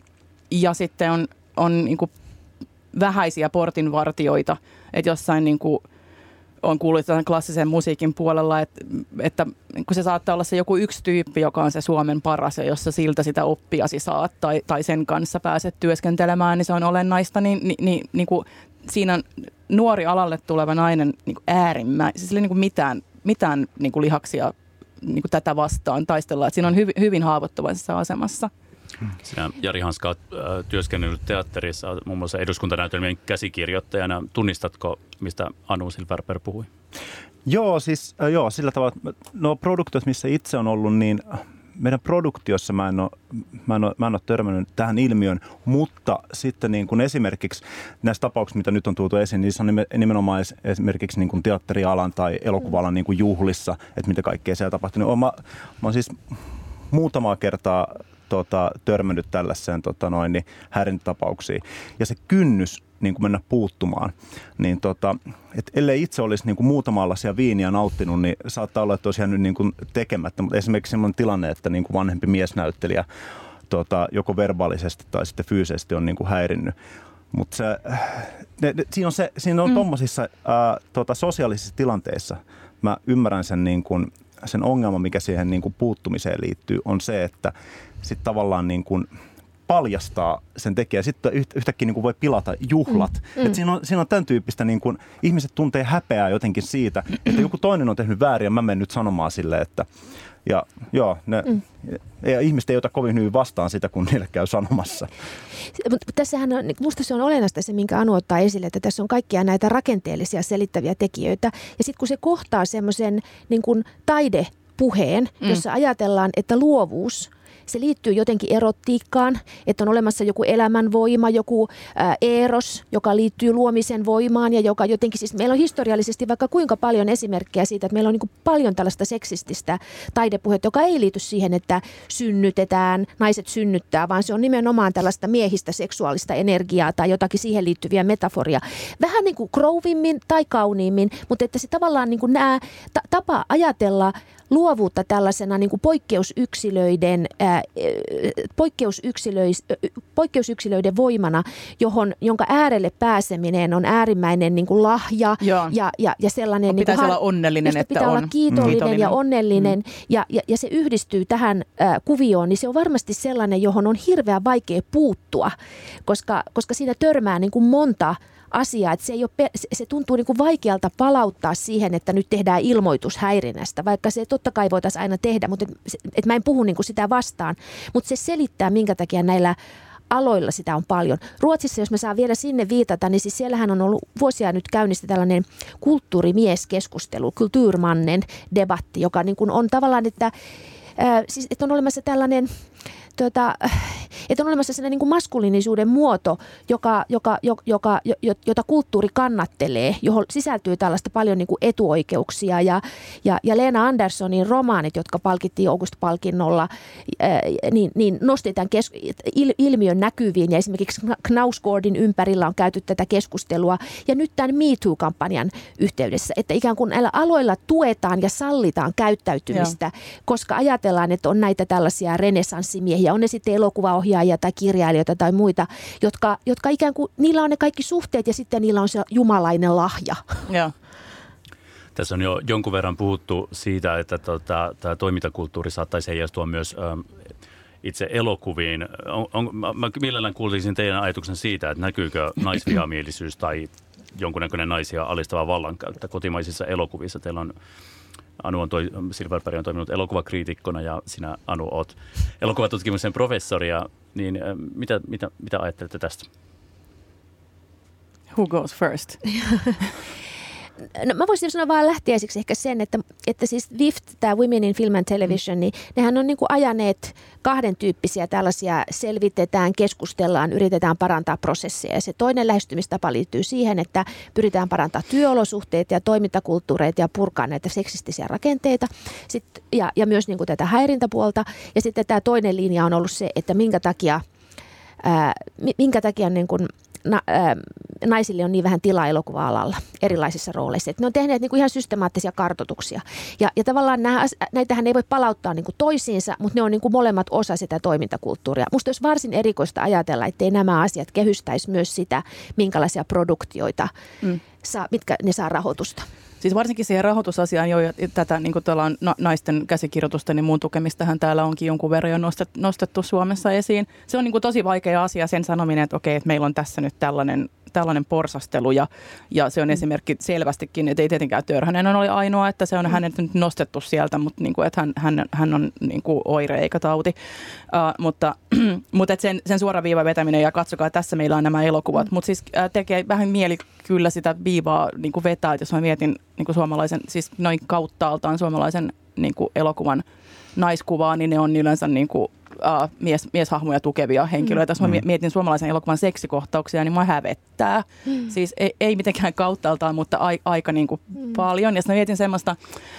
Ja sitten on, on niin kuin vähäisiä portinvartijoita, että jossain niin kuin on kuullut klassisen musiikin puolella, että, että kun se saattaa olla se joku yksi tyyppi, joka on se Suomen paras ja jossa siltä sitä oppiasi saat tai, tai sen kanssa pääset työskentelemään, niin se on olennaista, niin, niin, niin, niin kuin siinä on nuori alalle tuleva nainen niin kuin äärimmäisen, siis ei niin kuin mitään mitään niin kuin lihaksia niin kuin tätä vastaan taistellaan. Siinä on hyv, hyvin haavoittuvaisessa asemassa.
Sinä, Jari Hanska, olet äh, työskennellyt teatterissa, muun muassa eduskuntanäytelmien käsikirjoittajana. Tunnistatko, mistä Anu Silverberg puhui?
Joo, siis äh, joo, sillä tavalla, no produktiot, missä itse on ollut, niin meidän produktiossa mä en ole, mä en ole, mä en ole törmännyt tähän ilmiön, mutta sitten niin kuin esimerkiksi näissä tapauksissa, mitä nyt on tuotu esiin, niissä on nimenomaan esimerkiksi niin kuin teatterialan tai elokuva-alan niin kuin juhlissa, että mitä kaikkea siellä tapahtuu. Niin mä, mä oon siis muutamaa kertaa tota, törmännyt tällaiseen tota, noin, niin häirintätapauksiin. Ja se kynnys niin kuin mennä puuttumaan, niin tota, et ellei itse olisi niin kuin muutama allaisia viiniä nauttinut, niin saattaa olla, että olisi jäänyt niin kuin tekemättä. Mutta esimerkiksi sellainen tilanne, että niin kuin vanhempi miesnäyttelijä tota, joko verbaalisesti tai sitten fyysisesti on niin kuin häirinnyt. Mutta siinä on, se, siinä on mm. tuommoisissa tota, sosiaalisissa tilanteissa, mä ymmärrän sen, niin kuin, sen ongelman, mikä siihen niin kuin puuttumiseen liittyy, on se, että sitten tavallaan niin kuin paljastaa sen tekijä. Sitten yhtäkkiä niin kuin voi pilata juhlat. Mm. Et siinä, on, siinä on tämän tyyppistä, niin kuin, ihmiset tuntee häpeää jotenkin siitä, että joku toinen on tehnyt väärin ja mä menen nyt sanomaan silleen, että ja, joo, ne, mm. ja ihmiset ei ota kovin hyvin vastaan sitä, kun niille käy sanomassa.
Mutta tässähän on, musta se on olennaista se, minkä Anu ottaa esille, että tässä on kaikkia näitä rakenteellisia selittäviä tekijöitä. Ja sitten kun se kohtaa semmoisen niin kuin taidepuheen, mm. jossa ajatellaan, että luovuus, se liittyy jotenkin erottiikkaan, että on olemassa joku elämänvoima, joku ää, eros, joka liittyy luomisen voimaan ja joka jotenkin, siis meillä on historiallisesti vaikka kuinka paljon esimerkkejä siitä, että meillä on niin kuin paljon tällaista seksististä taidepuhetta, joka ei liity siihen, että synnytetään, naiset synnyttää, vaan se on nimenomaan tällaista miehistä seksuaalista energiaa tai jotakin siihen liittyviä metaforia. Vähän niin kuin krouvimmin tai kauniimmin, mutta että se tavallaan niin kuin nämä ta- tapa ajatella luovuutta tällaisena niin kuin poikkeusyksilöiden, ää, poikkeusyksilöis, poikkeusyksilöiden voimana, johon, jonka äärelle pääseminen on äärimmäinen niin kuin lahja ja, ja, ja sellainen...
Pitäisi
niin kuin,
olla onnellinen, että
pitää
on.
olla kiitollinen, kiitollinen ja onnellinen mm. ja, ja, ja se yhdistyy tähän ää, kuvioon, niin se on varmasti sellainen, johon on hirveän vaikea puuttua, koska, koska siinä törmää niin kuin monta asiaa, että se, ei ole, se tuntuu niin kuin vaikealta palauttaa siihen, että nyt tehdään ilmoitus häirinnästä, vaikka se totta kai voitaisiin aina tehdä, mutta et, et mä en puhu niin kuin sitä vastaan, mutta se selittää, minkä takia näillä aloilla sitä on paljon. Ruotsissa, jos mä saan vielä sinne viitata, niin siis siellähän on ollut vuosia nyt käynnissä tällainen kulttuurimieskeskustelu, kulttuurmannen debatti, joka niin kuin on tavallaan, että, äh, siis, että on olemassa tällainen... Tuota, että on olemassa sellainen niin kuin maskuliinisuuden muoto, joka, joka, joka, jota kulttuuri kannattelee, johon sisältyy tällaista paljon niin kuin etuoikeuksia. Ja, ja, ja Lena Anderssonin romaanit, jotka palkittiin August-palkinnolla, ää, niin, niin nosti tämän kes- il, ilmiön näkyviin. Ja esimerkiksi Knausgårdin ympärillä on käyty tätä keskustelua. Ja nyt tämän Me Too-kampanjan yhteydessä, että ikään kuin näillä aloilla tuetaan ja sallitaan käyttäytymistä, Joo. koska ajatellaan, että on näitä tällaisia renessanssimiehiä. On ne sitten elokuvaohjaajia tai kirjailijoita tai muita, jotka, jotka ikään kuin, niillä on ne kaikki suhteet ja sitten niillä on se jumalainen lahja.
Joo.
Tässä on jo jonkun verran puhuttu siitä, että tota, tämä toimintakulttuuri saattaisi heijastua myös ähm, itse elokuviin. On, on, mä mielellään kuulisin teidän ajatuksen siitä, että näkyykö naisvihamielisyys tai jonkunnäköinen naisia alistava vallankäyttö kotimaisissa elokuvissa. Teillä on, Anu on toi, Silverberg on toiminut elokuvakriitikkona ja sinä, Anu, olet elokuvatutkimuksen professori. Niin mitä, mitä, mitä ajattelette tästä?
Who goes first?
No, mä voisin sanoa vaan lähtiäisiksi ehkä sen, että, että siis W I F T, tämä Women in Film and Television, niin nehän on niin kuin ajaneet kahden tyyppisiä tällaisia selvitetään, keskustellaan, yritetään parantaa prosesseja. Ja se toinen lähestymistapa liittyy siihen, että pyritään parantaa työolosuhteita ja toimintakulttuureita ja purkaa näitä seksistisiä rakenteita Sitten, ja, ja myös niin kuin tätä häirintäpuolta. Ja sitten tämä toinen linja on ollut se, että minkä takia, ää, minkä takia niin kuin Na, ä, naisille on niin vähän tilaa elokuva-alalla erilaisissa rooleissa. Et ne on tehneet niin kuin ihan systemaattisia kartoituksia. Ja, ja tavallaan nämä, näitähän ei voi palauttaa niin kuin toisiinsa, mutta ne on niin kuin molemmat osa sitä toimintakulttuuria. Musta olisi varsin erikoista ajatella, ettei nämä asiat kehystäisi myös sitä, minkälaisia produktioita, mm. saa, mitkä ne saa rahoitusta.
Siis varsinkin siihen rahoitusasiaan jo, ja tätä niin kuin tuolla naisten käsikirjoitusten niin muun tukemistahan täällä onkin jonkun verran jo nostettu, nostettu Suomessa esiin. Se on niin kuin tosi vaikea asia sen sanominen, että okei, että meillä on tässä nyt tällainen, tällainen porsastelu ja, ja se on mm. esimerkki selvästikin, että ei tietenkään Törhänen oli ainoa, että se on mm. hänet nyt nostettu sieltä, mutta niin kuin, että hän, hän, hän on niin kuin oire eikä tauti. Uh, mutta mutta että sen, sen suora viiva vetäminen ja katsokaa, tässä meillä on nämä elokuvat, mm. mutta siis uh, tekee vähän mieli kyllä sitä viivaa niin kuin vetää, että jos mä mietin niin kuin suomalaisen, siis noin kauttaaltaan suomalaisen niin kuin elokuvan naiskuvaa, niin ne on yleensä niin kuin, uh, mies, mieshahmoja tukevia henkilöitä. Mm. Jos mä mietin suomalaisen elokuvan seksikohtauksia, niin mä hävettää. Mm. Siis ei, ei mitenkään kauttaaltaan, mutta ai, aika niin kuin mm. paljon. Ja sitten mä mietin semmoista,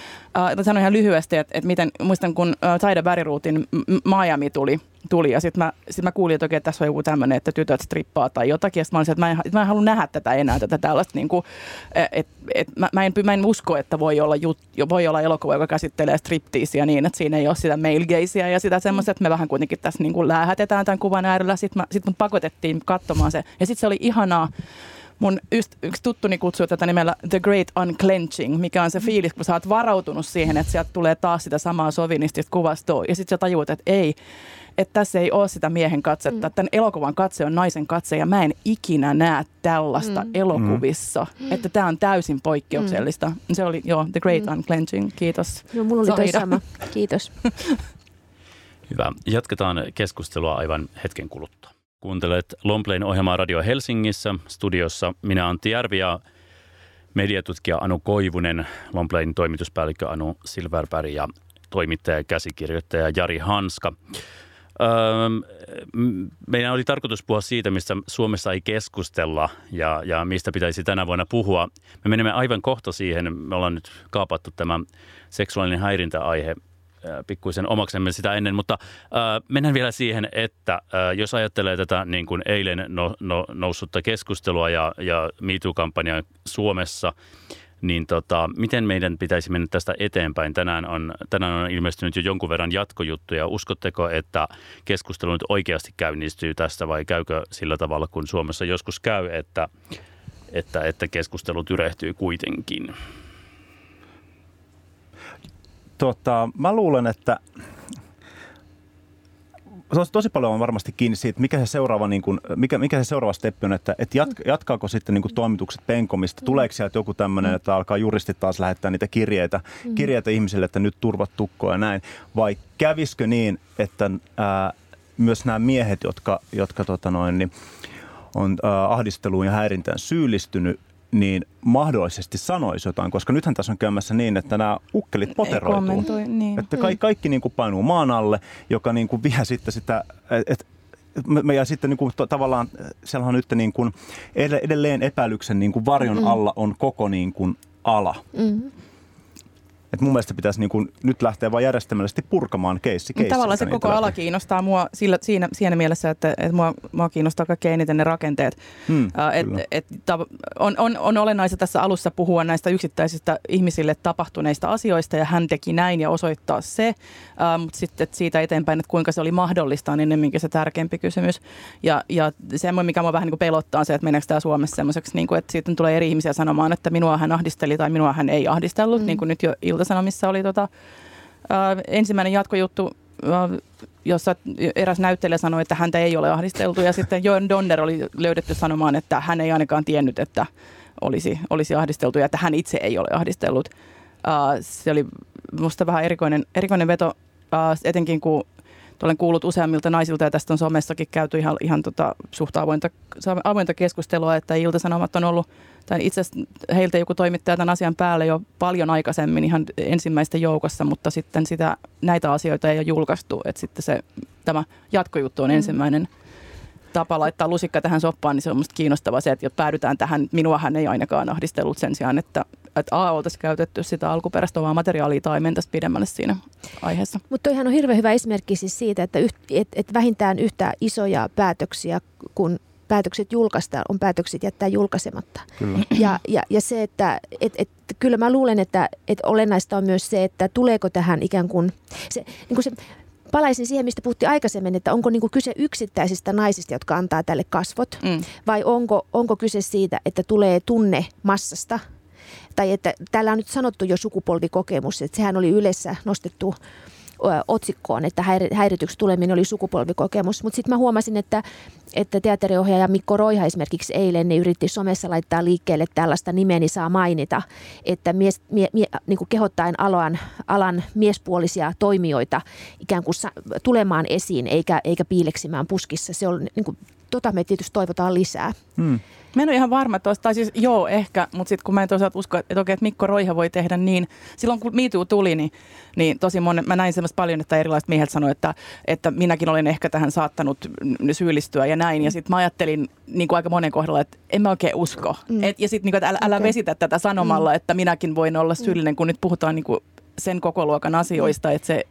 Uh, sanon ihan lyhyesti, että, että miten, muistan kun uh, Taida Bergruutin Miami tuli, tuli ja sitten mä, sit mä kuulin, että, oikein, että tässä on joku tämmöinen, että tytöt strippaa tai jotakin. Ja sitten mä olisin, että mä en, että mä en halua nähdä tätä enää, tätä tällaista, niin kuin, että, että mä, mä, en, mä en usko, että voi olla, jut, voi olla elokuva, joka käsittelee stripteasiä niin, että siinä ei ole sitä male gazea ja sitä semmoista, että me vähän kuitenkin tässä niin kuin läähätetään tämän kuvan äärellä. Sitten sit mut pakotettiin katsomaan se ja sitten se oli ihanaa. Mun yst, yksi tuttuni kutsuu tätä nimellä The Great Unclenching, mikä on se fiilis, kun sä oot varautunut siihen, että sieltä tulee taas sitä samaa sovinistista kuvastoa. Ja sitten sä tajuut, että ei, että tässä ei ole sitä miehen katsetta. Mm. Tämän elokuvan katse on naisen katse ja mä en ikinä näe tällaista mm. elokuvissa. Mm. Että tämä on täysin poikkeuksellista. Mm. Se oli, joo, The Great mm. Unclenching. Kiitos.
Joo, mulla oli toi sama. Kiitos.
Hyvä. Jatketaan keskustelua aivan hetken kuluttua. Kuuntelet Lomplayn ohjelmaa Radio Helsingissä. Studiossa minä Antti Järvi ja mediatutkija Anu Koivunen, Lomplayn toimituspäällikkö Anu Silverberg ja toimittaja ja käsikirjoittaja Jari Hanska. Öö, meidän oli tarkoitus puhua siitä, mistä Suomessa ei keskustella ja, ja mistä pitäisi tänä vuonna puhua. Me menemme aivan kohta siihen. Me ollaan nyt kaapattu tämä seksuaalinen häirintäaihe pikkuisen omaksemme sitä ennen, mutta äh, mennään vielä siihen, että äh, jos ajattelee tätä niin kuin eilen no, no, noussutta keskustelua ja, ja Me Too-kampanjaa Suomessa, niin tota, miten meidän pitäisi mennä tästä eteenpäin? Tänään on, tänään on ilmestynyt jo jonkun verran jatkojuttuja. Uskotteko, että keskustelu nyt oikeasti käynnistyy tästä vai käykö sillä tavalla, kun Suomessa joskus käy, että, että, että keskustelu tyrehtyy kuitenkin?
Tota, mä luulen, että tosi paljon on varmasti kiinni siitä, mikä se seuraava, niin kuin, mikä, mikä se seuraava steppi on, että, että jatk, jatkaako sitten niin kuin toimitukset penkomista, tuleeko sieltä joku tämmöinen, että alkaa juristit taas lähettää niitä kirjeitä, kirjeitä ihmisille, että nyt turvat tukkoa ja näin, vai kävisikö niin, että ää, myös nämä miehet, jotka, jotka tota noin, niin on ää, ahdisteluun ja häirintään syyllistynyt, niin mahdollisesti sanoisi jotain, koska nythän tässä on käymässä niin, että nämä ukkelit poteroituu.
Niin.
Että kaikki, kaikki niin kuin painuu maan alle, joka niin kuin vie sitten sitä, että et, ja sitten niin kuin to, tavallaan siellä on nyt niin kuin edelleen epäilyksen niin kuin varjon mm. alla on koko niin kuin ala. Mm. Et mun mielestä pitäisi niin kuin nyt lähteä vaan järjestelmällisesti purkamaan keissi keissi.
Tavallaan se koko ala kiinnostaa mua sillä, siinä, siinä mielessä, että, että mua, mua kiinnostaa kaikkein eniten ne rakenteet. Hmm, uh, et, et, ta, on, on, on olennaista tässä alussa puhua näistä yksittäisistä ihmisille tapahtuneista asioista ja hän teki näin ja osoittaa se, uh, mutta sitten siitä eteenpäin, että kuinka se oli mahdollista, on ennemminkin se tärkeämpi kysymys. Ja, ja semmoinen, mikä mua vähän niin kuin pelottaa, on se, että meneekö tämä Suomessa semmoiseksi, niin kuin, että sitten tulee eri ihmisiä sanomaan, että minua hän ahdisteli tai minua hän ei ahdistellut, hmm. niin kuin nyt jo Ilta-Sanomissa oli tota, äh, ensimmäinen jatkojuttu äh, jossa eräs näyttelijä sanoi, että häntä ei ole ahdisteltu, ja sitten Joen Donner oli löydetty sanomaan, että hän ei ainakaan tiennyt, että olisi, olisi ahdisteltu ja että hän itse ei ole ahdistellut. Uh, se oli musta vähän erikoinen, erikoinen veto, uh, etenkin kun olen kuullut useammilta naisilta, ja tästä on somessakin käyty ihan, ihan tota, suht avointa, avointa keskustelua, että Ilta-Sanomat on ollut, tai itse asiassa heiltä joku toimittaja tämän asian päälle jo paljon aikaisemmin ihan ensimmäisten joukossa, mutta sitten sitä, näitä asioita ei ole julkaistu, että sitten se, tämä jatkojuttu on ensimmäinen tapa laittaa lusikka tähän soppaan, niin se on musta kiinnostavaa se, että jos päädytään tähän, minuahan ei ainakaan ahdistellut sen sijaan, että, että A, oltaisiin käytetty sitä alkuperäistä omaa materiaalia tai mentäisiin pidemmälle siinä aiheessa. Mutta
toihan on hirveän hyvä esimerkki siis siitä, että yht, et, et vähintään yhtä isoja päätöksiä, kun päätökset julkaistaan, on päätökset jättää julkaisematta. Kyllä. Ja, ja, ja se, että et, et, kyllä mä luulen, että et olennaista on myös se, että tuleeko tähän ikään kuin se, niin kuin se palaisin siihen, mistä puhuttiin aikaisemmin, että onko niin kuin kyse yksittäisistä naisista, jotka antaa tälle kasvot, mm. vai onko, onko kyse siitä, että tulee tunne massasta, tai että täällä on nyt sanottu jo sukupolvikokemus, että sehän oli yleensä nostettu otsikkoon, että häirityksi tuleminen oli sukupolvikokemus. Mutta sitten mä huomasin, että, että teatteriohjaaja Mikko Roiha esimerkiksi eilen niin yritti somessa laittaa liikkeelle tällaista nimeni saa mainita, että mies, mie, mie, niin kuin kehottaen alan, alan miespuolisia toimijoita ikään kuin sa, tulemaan esiin eikä, eikä piileksimään puskissa. Se on, niin kuin, tota me tietysti toivotaan lisää. Hmm.
Mä en ole ihan varma tuosta, tai siis joo ehkä, mutta sitten kun mä en toisaalta usko, että okei, että Mikko Roiha voi tehdä niin. Silloin kun Me Too tuli, niin, niin tosi monen, mä näin semmoista paljon, että erilaiset miehet sanoivat, että, että minäkin olen ehkä tähän saattanut syyllistyä ja näin. Ja sitten mä ajattelin niin kuin aika monen kohdalla, että en mä oikein usko. Mm. Et, ja sitten niin kuin, että älä, älä okay. vesitä tätä sanomalla, mm. että minäkin voin olla syyllinen, kun nyt puhutaan niin kuin sen kokoluokan asioista, mm. että se...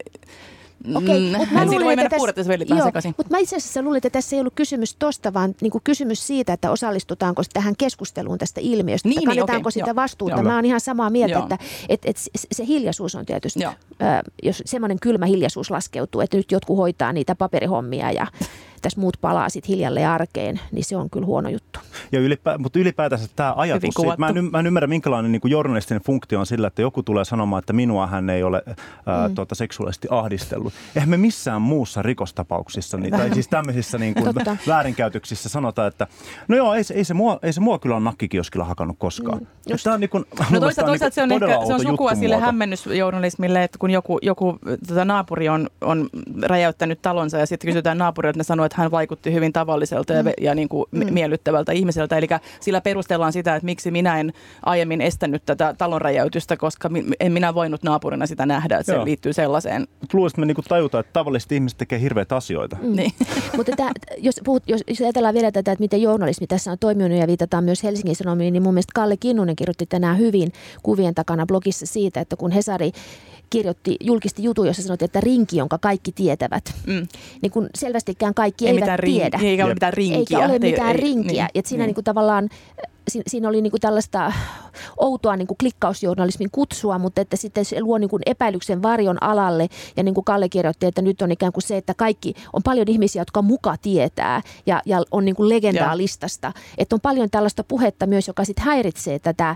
Okei,
mm.
mutta mä luulen, että
tässä,
mutta mä itse asiassa luulen, että tässä ei ollut kysymys tosta, vaan niin kuin kysymys siitä, että osallistutaanko tähän keskusteluun tästä ilmiöstä, niin, kannetaanko niin, sitä vastuuta. Joo. Mä oon ihan samaa mieltä, Joo. että et, et se hiljaisuus on tietysti, äh, jos semmoinen kylmä hiljaisuus laskeutuu, että nyt jotkut hoitaa niitä paperihommia ja tässä muut palaa sitten hiljalleen arkeen, niin se on kyllä huono juttu.
Ja ylipä, mutta ylipäätänsä tämä ajatus, siitä, mä, en, mä en ymmärrä minkälainen niin kuin journalistinen funktio on sillä, että joku tulee sanomaan, että minua hän ei ole ää, mm. tuota, seksuaalisesti ahdistellut. Eihän me missään muussa rikostapauksissa, niin, tai siis tämmöisissä niin kuin väärinkäytöksissä sanotaan, että no joo, ei se, ei se, mua, ei se mua kyllä ole nakkikioskilla hakannut koskaan. Mm. Tämä on niin kuin,
no toisaalta niin se on, ehkä, se on sukua sille hämmennysjournalismille, että kun joku, joku tota, naapuri on, on räjäyttänyt talonsa ja sitten kysytään naapurilta, että ne sanoo, että hän vaikutti hyvin tavalliselta ja, mm. ja niin kuin mm. miellyttävältä ihmiseltä. Eli sillä perustellaan sitä, että miksi minä en aiemmin estänyt tätä talonräjäytystä, koska en minä voinut naapurina sitä nähdä, että Joo. se liittyy sellaiseen.
Luulisin, että me niin tajutaan, että tavalliset ihmiset tekee hirveitä asioita.
Mm. Niin. Mutta jos, puhut, jos ajatellaan vielä tätä, että miten journalismi tässä on toiminut ja viitataan myös Helsingin Sanomiin, niin mun mielestä Kalle Kinnunen kirjoitti tänään hyvin kuvien takana blogissa siitä, että kun Hesari kirjoitti, julkisti jutun, jossa sanottiin, että rinki, jonka kaikki tietävät. Mm. Niin kun selvästikään kaikki ei eivät tiedä.
Ring, eikä ole mitään rinkiä.
Eikä ole mitään ei, rinkiä. Niin, että siinä niin. Niin kuin tavallaan, siinä oli niin kuin tällaista outoa niin kuin klikkausjournalismin kutsua, mutta että sitten se luo niin kuin epäilyksen varjon alalle. Ja niin kuin Kalle kirjoitti, että nyt on ikään kuin se, että kaikki, on paljon ihmisiä, jotka muka tietää ja, ja on niin kuin legendaa ja. listasta. Että on paljon tällaista puhetta myös, joka sitten häiritsee tätä,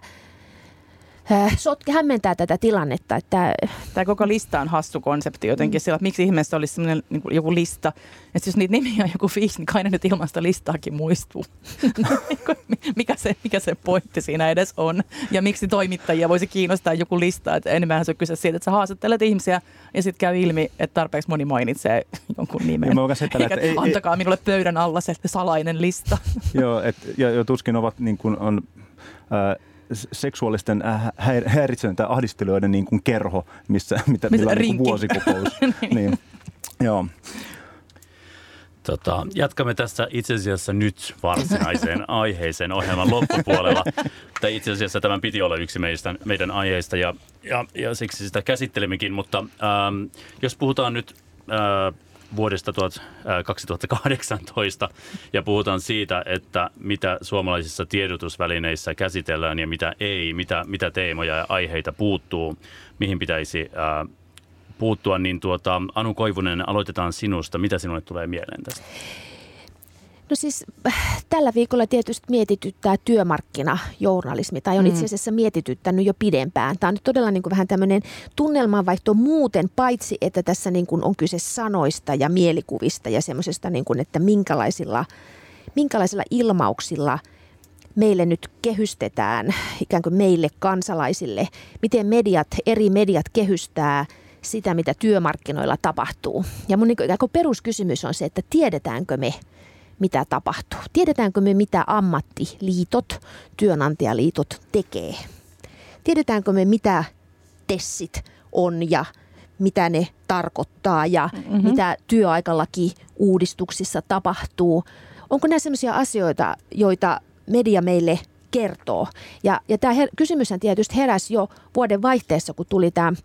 Sotke hämmentää tätä tilannetta. Että
tämä koko lista on hassu konsepti jotenkin. Mm. Sillä, että miksi ihmeessä olisi sellainen niin kuin joku lista. Että jos niitä nimiä on joku viisi, niin kai ne nyt ilman sitä listaakin muistuu. mikä, se, mikä se pointti siinä edes on. Ja miksi toimittajia voisi kiinnostaa joku lista. Että enemmän se on kyse siitä, että sä haastattelet ihmisiä ja sitten käy ilmi, että tarpeeksi moni mainitsee jonkun nimen. Eikä, ei, antakaa ei, minulle pöydän alla se salainen lista.
Joo, et, ja, ja tuskin ovat niin kuin on... Äh, seksuaalisten häiritseiden tai ahdistelijoiden niin kuin kerho, missä, mitä, millä on niin kuin vuosikokous. niin. Joo.
Tota, jatkamme tässä itse asiassa nyt varsinaiseen aiheeseen ohjelman loppupuolella. Tai itse asiassa tämän piti olla yksi meistä, meidän aiheista ja, ja, ja siksi sitä käsittelemmekin, mutta ähm, jos puhutaan nyt äh, vuodesta kaksituhattakahdeksantoista ja puhutaan siitä, että mitä suomalaisissa tiedotusvälineissä käsitellään ja mitä ei, mitä, mitä teemoja ja aiheita puuttuu, mihin pitäisi ää, puuttua, niin tuota, Anu Koivunen, aloitetaan sinusta. Mitä sinulle tulee mieleen tästä?
No siis tällä viikolla tietysti mietityttää työmarkkinajournalismi, tai on mm. itse asiassa mietityttänyt jo pidempään. Tämä on nyt todella niin kuin vähän tämmöinen tunnelmanvaihto muuten, paitsi että tässä niin kuin on kyse sanoista ja mielikuvista ja semmoisesta, niin kuin, että minkälaisilla, minkälaisilla ilmauksilla meille nyt kehystetään, ikään kuin meille kansalaisille, miten mediat, eri mediat kehystää sitä, mitä työmarkkinoilla tapahtuu. Ja mun niin kuin peruskysymys on se, että tiedetäänkö me, mitä tapahtuu? Tiedetäänkö me, mitä ammattiliitot, työnantajaliitot tekee? Tiedetäänkö me, mitä tessit on ja mitä ne tarkoittaa ja mm-hmm. mitä työaikalaki uudistuksissa tapahtuu? Onko nämä sellaisia asioita, joita media meille kertoo? Ja, ja tämä her- kysymyshän tietysti heräsi jo vuoden vaihteessa, kun tuli tämä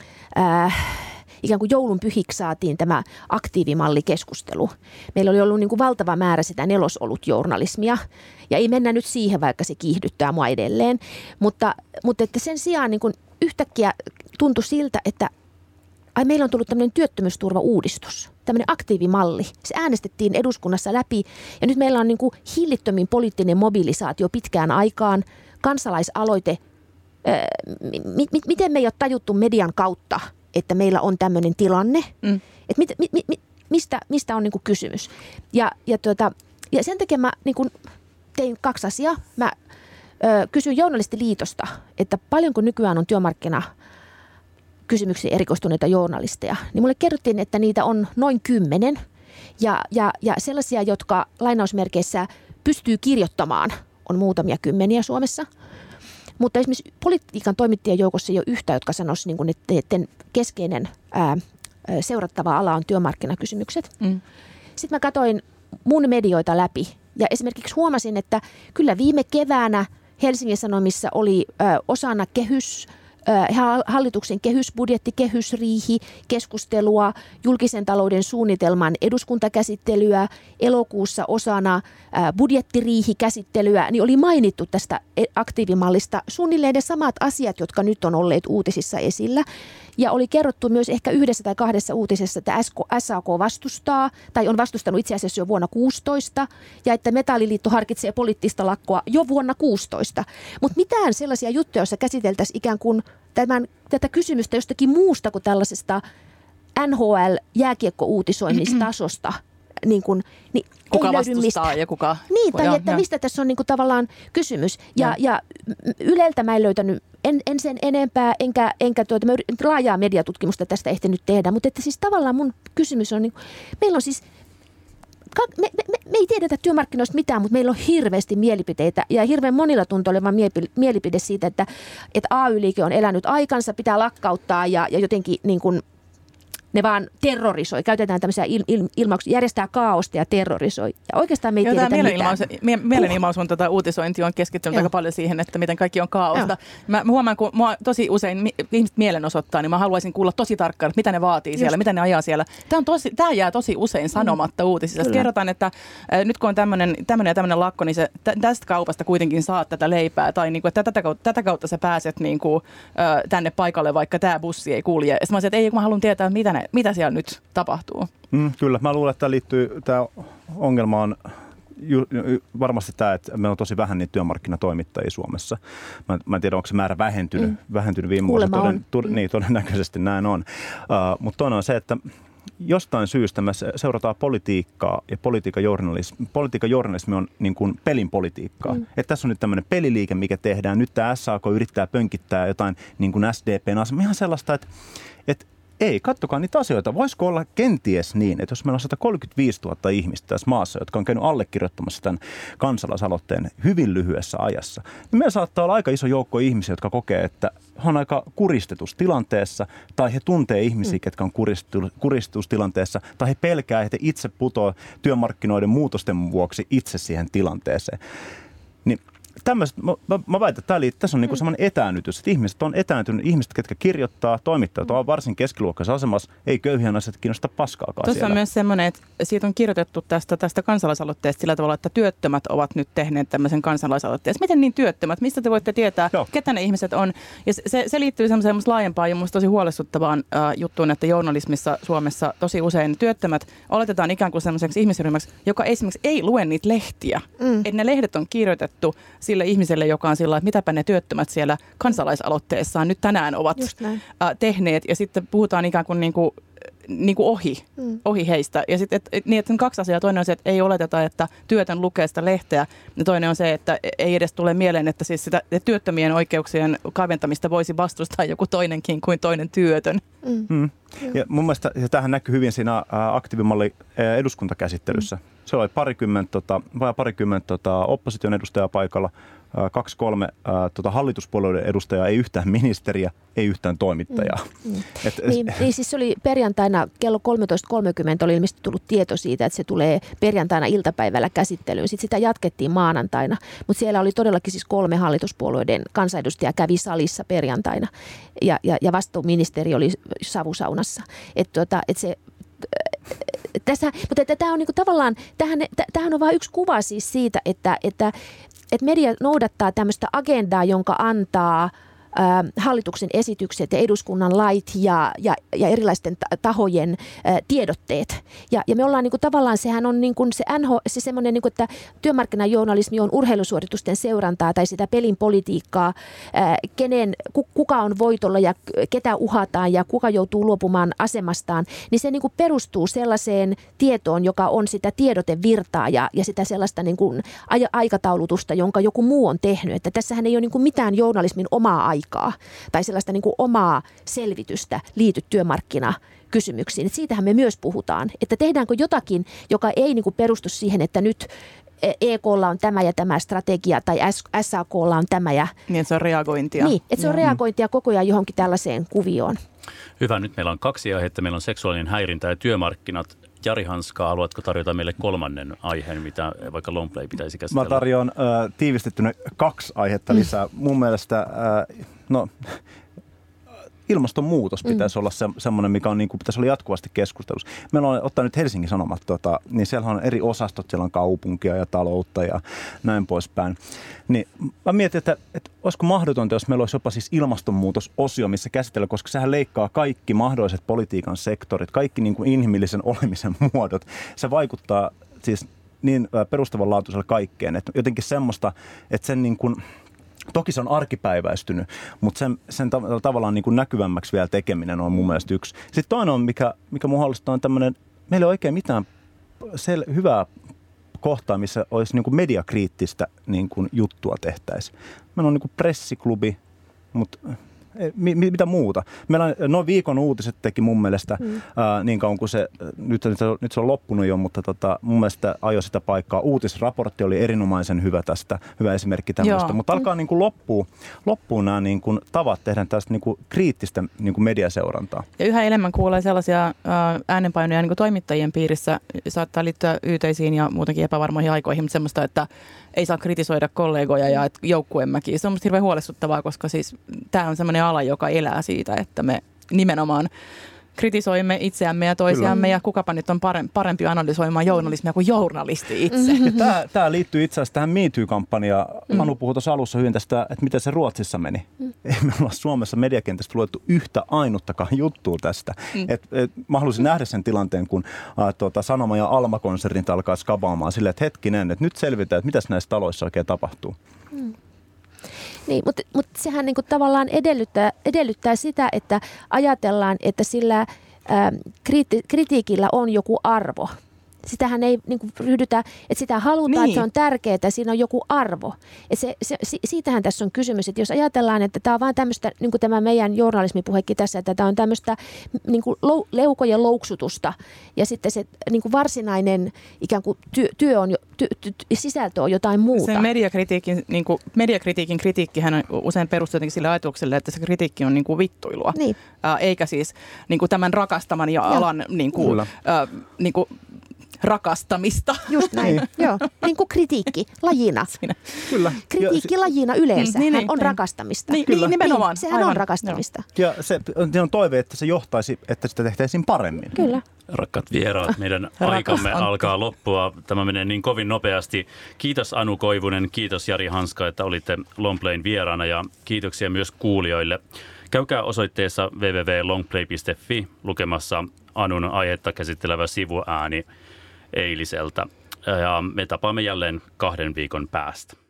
ää, ikään kuin joulun pyhiksi saatiin tämä aktiivimallikeskustelu. Meillä oli ollut niin kuin valtava määrä sitä nelosolutjournalismia, ja ei mennä nyt siihen, vaikka se kiihdyttää mua edelleen. Mutta, mutta että sen sijaan niin kuin yhtäkkiä tuntui siltä, että ai, meillä on tullut tämmöinen työttömyysturva-uudistus, tämmöinen aktiivimalli. Se äänestettiin eduskunnassa läpi, ja nyt meillä on niin kuin hillittömin poliittinen mobilisaatio pitkään aikaan, kansalaisaloite. Ää, mi- mi- miten me ei ole tajuttu median kautta, että meillä on tämmöinen tilanne, mm. että mit, mi, mi, mistä, mistä on niin kuin kysymys. Ja, ja, tuota, ja sen takia mä niin kuin tein kaksi asiaa. Mä ö, kysyin Journalistiliitosta, että paljonko nykyään on työmarkkina kysymyksiin erikoistuneita journalisteja. Niin mulle kerrottiin, että niitä on noin kymmenen ja, ja, ja sellaisia, jotka lainausmerkeissä pystyy kirjoittamaan, on muutamia kymmeniä Suomessa. Mutta esimerkiksi politiikan toimittajien joukossa ei ole yhtä, jotka sanoisivat, niin että keskeinen ää, seurattava ala on työmarkkinakysymykset. Mm. Sitten mä katsoin mun medioita läpi ja esimerkiksi huomasin, että kyllä viime keväänä Helsingin Sanomissa oli ää, osana kehys, ää, hallituksen kehysbudjetti, kehysriihi, keskustelua, julkisen talouden suunnitelman eduskuntakäsittelyä, elokuussa osana ää, budjettiriihikäsittelyä, niin oli mainittu tästä aktiivimallista suunnilleen ne samat asiat, jotka nyt on olleet uutisissa esillä. Ja oli kerrottu myös ehkä yhdessä tai kahdessa uutisessa, että S A K vastustaa, tai on vastustanut itse asiassa jo vuonna kuusitoista, ja että Metalliliitto harkitsee poliittista lakkoa jo vuonna kuusitoista. Mutta mitään sellaisia juttuja, joissa käsiteltäisiin ikään kuin tämän, tätä kysymystä jostakin muusta kuin tällaisesta N H L-jääkiekko-uutisoinnistasosta, niin kuin, niin
kuka
ei
vastustaa
mistään.
Ja kuka...
Niin, tai
joo,
että
joo.
mistä tässä on niin kuin tavallaan kysymys. Ja, ja Yleltä mä en löytänyt en, en sen enempää, enkä, enkä tuota, mä laajaa mediatutkimusta tästä ehtinyt tehdä, mutta että siis tavallaan mun kysymys on, niin, meillä on siis, me, me, me, me ei tiedetä työmarkkinoista mitään, mutta meillä on hirveästi mielipiteitä ja hirveän monilla tuntuu olevan mielipide siitä, että, että A Y-liike on elänyt aikansa, pitää lakkauttaa ja, ja jotenkin niin kuin ne vaan terrorisoi, käytetään tämmöisiä il, il, ilmauksia, järjestää kaaosta ja terrorisoi. Ja oikeastaan me ei
Joo,
tiedetä
mielenilmaus,
mitään.
Mie, mielenilmaus on tätä uutisointi on keskittynyt Joo. aika paljon siihen, että miten kaikki on kaaosta. Mä, mä huomaan, kun mua tosi usein mi, ihmiset mielenosoittaa, niin mä haluaisin kuulla tosi tarkkaan, mitä ne vaatii Just. siellä, mitä ne ajaa siellä. Tämä, on tosi, tämä jää tosi usein sanomatta mm. uutisissa. Kyllä. Kerrotaan, että äh, nyt kun on tämmöinen ja tämmöinen lakko, niin se, tä, tästä kaupasta kuitenkin saat tätä leipää. Tai niin kuin, että tätä, kautta, tätä kautta sä pääset niin kuin, äh, tänne paikalle, vaikka tämä bussi ei kulje. Ja sitten mä olisin, että ei, kun mä haluan tietää, mitä, ne, mitä siellä nyt tapahtuu.
Mm, kyllä, mä luulen, että tämä liittyy, tämä ongelma on ju, ju, varmasti tämä, että meillä on tosi vähän niitä työmarkkinatoimittajia Suomessa. Mä, mä en tiedä, onko se määrä vähentynyt, mm. vähentynyt viime vuosina. Toden, toden, niin, todennäköisesti näin on. Uh, mutta toinen on se, että jostain syystä me seurataan politiikkaa ja politiikan journalismi, politiikan journalismi on niin kuin pelin politiikkaa. Mm. Että tässä on nyt tämmöinen peliliike, mikä tehdään. Nyt tämä S A K yrittää pönkittää jotain niin kuin S D P:n asemaa. Ihan sellaista, että, että ei, katsokaa niitä asioita. Voisiko olla kenties niin, että jos meillä on sata kolmekymmentäviisituhatta ihmistä tässä maassa, jotka on käynyt allekirjoittamassa tämän kansalaisaloitteen hyvin lyhyessä ajassa, niin meillä saattaa olla aika iso joukko ihmisiä, jotka kokee, että he on aika kuristetustilanteessa, tai he tuntee ihmisiä, jotka on kuristetustilanteessa, tai he pelkää, että itse putoaa työmarkkinoiden muutosten vuoksi itse siihen tilanteeseen. Niin tämmöiset, mä, mä väitän, että tää, tässä on niinku mm. semmoinen etäännytys, että ihmiset on etääntynyt, ihmiset, ketkä kirjoittaa, toimittajat, mm. on varsin keskiluokkaisessa asemassa, ei köyhiä naiset kiinnosta paskaakaan
Tuossa
siellä.
on myös semmoinen, että siitä on kirjoitettu tästä, tästä kansalaisaloitteesta sillä tavalla, että työttömät ovat nyt tehneet tämmöisen kansalaisaloitteen. Miten niin työttömät? Mistä te voitte tietää, Joo. ketä ne ihmiset on? Ja se, se liittyy semmoiseen laajempaan ja musta tosi huolestuttavaan äh, juttuun, että journalismissa Suomessa tosi usein työttömät oletetaan ikään kuin semmoiseksi ihmisryhmäksi, joka esimerkiksi ei lue niitä lehtiä. Mm. Että ne lehdet on kirjoitettu sille ihmiselle, joka on sillä, että mitäpä ne työttömät siellä kansalaisaloitteessaan nyt tänään ovat äh, tehneet. Ja sitten puhutaan ikään kuin, niin kuin, niin kuin ohi, mm. ohi heistä. Ja sitten et, et, niin, että on kaksi asiaa. Toinen on se, että ei oleteta, että työtön lukee sitä lehteä. Ja toinen on se, että ei edes tule mieleen, että siis sitä että työttömien oikeuksien kaventamista voisi vastustaa joku toinenkin kuin toinen työtön.
Mm. Mm. Ja mun mielestä ja tämähän näkyy hyvin siinä aktiivimalli eduskuntakäsittelyssä. Se oli parikymmentä, tota, vai parikymmentä tota, opposition edustajaa paikalla, kaksi kolme tota, hallituspuolueiden edustajaa, ei yhtään ministeriä, ei yhtään toimittajaa.
Mm, mm. Et, niin, niin siis se oli perjantaina kello kolmetoista kolmekymmentä oli ilmeisesti tullut tieto siitä, että se tulee perjantaina iltapäivällä käsittelyyn. Sitten sitä jatkettiin maanantaina, mutta siellä oli todellakin siis kolme hallituspuolueiden kansanedustajaa kävi salissa perjantaina ja, ja, ja vastuuministeri oli savusaunassa. Että tuota, et se... Tässä, mutta tämä on niinku tavallaan, tämähän, tämähän on vain yksi kuva siis siitä, että, että, että media noudattaa tämmöistä agendaa, jonka antaa ä, hallituksen esitykset ja eduskunnan lait ja, ja, ja erilaisten tahojen ä, tiedotteet. Ja, ja me ollaan niinku tavallaan, sehän on niinku se N H, se semmoinen, niinku, että työmarkkinajournalismi on urheilusuoritusten seurantaa tai sitä pelin politiikkaa, ä, kenen, kuka on voitolla ja ketä uhataan ja kuka joutuu luopumaan asemastaan, niin se niinku perustuu sellaiseen tietoon, joka on sitä tiedotevirtaa ja, ja sitä sellaista niinku aikataulutusta, jonka joku muu on tehnyt. Että tässähän ei ole niinku mitään journalismin omaa aikaa tai sellaista niin kuin omaa selvitystä liity työmarkkinakysymyksiin. Et siitähän me myös puhutaan, että tehdäänkö jotakin, joka ei niin kuin perustu siihen, että nyt E K:lla on tämä ja tämä strategia tai S A K:lla on tämä. Ja...
Niin, että se on reagointia.
Niin, että se on reagointia koko ajan johonkin tällaiseen kuvioon.
Hyvä, nyt meillä on kaksi aihetta. Meillä on seksuaalinen häirintä ja työmarkkinat. Jari Hanska, haluatko tarjota meille kolmannen aiheen, mitä vaikka Longplay pitäisi käsitellä?
Mä tarjoan äh, tiivistettynä kaksi aihetta lisää. Mm. Mun mielestä äh, no, ilmastonmuutos pitäisi mm. olla se, semmoinen, mikä on, niin kuin, pitäisi olla jatkuvasti keskustelussa. Meillä on ottaa nyt Helsingin Sanomat, tota, niin siellä on eri osastot, siellä on kaupunkia ja taloutta ja näin poispäin. Niin mä mietin, että, että olisiko mahdotonta, jos meillä olisi jopa siis ilmastonmuutososio, missä käsitellään, koska sehän leikkaa kaikki mahdolliset politiikan sektorit, kaikki niin kuin inhimillisen olemisen muodot. Se vaikuttaa siis niin perustavanlaatuiselle kaikkeen, että jotenkin semmoista, että sen niin kuin toki se on arkipäiväistynyt, mutta sen, sen tav- tavallaan niin kuin näkyvämmäksi vielä tekeminen on mun mielestä yksi. Sitten toinen on, mikä, mikä mun huolestaa, on tämmöinen, meillä ei ole oikein mitään sel- hyvää kohtaa, missä olisi niin kuin mediakriittistä niin kuin juttua tehtäisiin. Meillä on niin kuin pressiklubi, mutta Mi, mitä muuta? Meillä on, noin viikon uutiset teki mun mielestä mm. ää, niin kauan kuin se, nyt, nyt, nyt se on loppunut jo, mutta tota, mun mielestä ajoi sitä paikkaa. Uutisraportti oli erinomaisen hyvä tästä, hyvä esimerkki tämmöistä, mutta alkaa mm. niin kuin loppuu, loppuu nämä niin kuin tavat tehdä tästä niin kuin kriittistä niin kuin mediaseurantaa.
Ja yhä enemmän kuulee sellaisia ää, äänenpainoja niin kuin toimittajien piirissä, saattaa liittyä yhteisiin ja muutenkin epävarmoihin aikoihin, mutta semmoista, että ei saa kritisoida kollegoja ja joukkuemäkiä. Se on musta hirveän huolestuttavaa, koska siis tämä on semmoinen ala, joka elää siitä, että me nimenomaan kritisoimme itseämme ja toisiamme. Kyllä. Ja kukapa nyt on parempi analysoimaan journalismia kuin journalisti itse.
Mm-hmm. Tämä, tämä liittyy itse asiassa tähän Me Too-kampanjaan. Manu puhui tuossa alussa hyvin tästä, että miten se Ruotsissa meni. Mm. Ei me olla Suomessa mediakentästä luettu yhtä ainuttakaan juttua tästä. Mm. Et, et, mä haluaisin nähdä sen tilanteen, kun ä, tuota, Sanoma- ja Alma-konsernit alkaa skabaamaan silleen, että hetkinen, että nyt selvitään, että mitäs näissä taloissa oikein tapahtuu. Mm.
Niin, mutta, mutta sehän niin kuin tavallaan edellyttää, edellyttää sitä, että ajatellaan, että sillä ää, kriti, kritiikillä on joku arvo. Sitähän ei niin kuin ryhdytä, että sitä halutaan, niin. Että se on tärkeää, että siinä on joku arvo. Että se, se, siitähän tässä on kysymys, että jos ajatellaan, että tämä on vaan tämmöistä, niin kuin tämä meidän journalismipuhekin tässä, että tämä on tämmöistä niin kuin leukojen louksutusta ja sitten se niin kuin varsinainen ikään kuin työ, työ on, ty, ty, sisältö on jotain muuta.
Se mediakritiikin, niin kuin, mediakritiikin kritiikkihän on usein perustuu sille ajatukselle, että se kritiikki on niin kuin vittuilua,
niin.
Ää, eikä siis niin kuin tämän rakastaman ja alan niin kuin, ää, niin kuin, rakastamista.
Just näin,
Niin.
joo. Niin kuin kritiikki lajina.
Siinä.
Kyllä.
Kritiikki
Ja,
lajina yleensä
Mm, niin,
hän
niin,
on
niin.
rakastamista.
Niin,
Kyllä.
niin nimenomaan.
Niin, sehän
Aivan.
on rakastamista.
ja se on toive, että se johtaisi, että sitä tehtäisiin paremmin.
Kyllä.
Rakkaat vieraat, meidän
Rakas
aikamme
Antti.
alkaa loppua. Tämä menee niin kovin nopeasti. Kiitos Anu Koivunen, kiitos Jari Hanska, että olitte Longplayn vieraana ja kiitoksia myös kuulijoille. Käykää osoitteessa double-u double-u double-u piste longplay piste fi lukemassa Anun aihetta käsittelevä sivuääni eiliseltä. Ja me tapaamme jälleen kahden viikon päästä.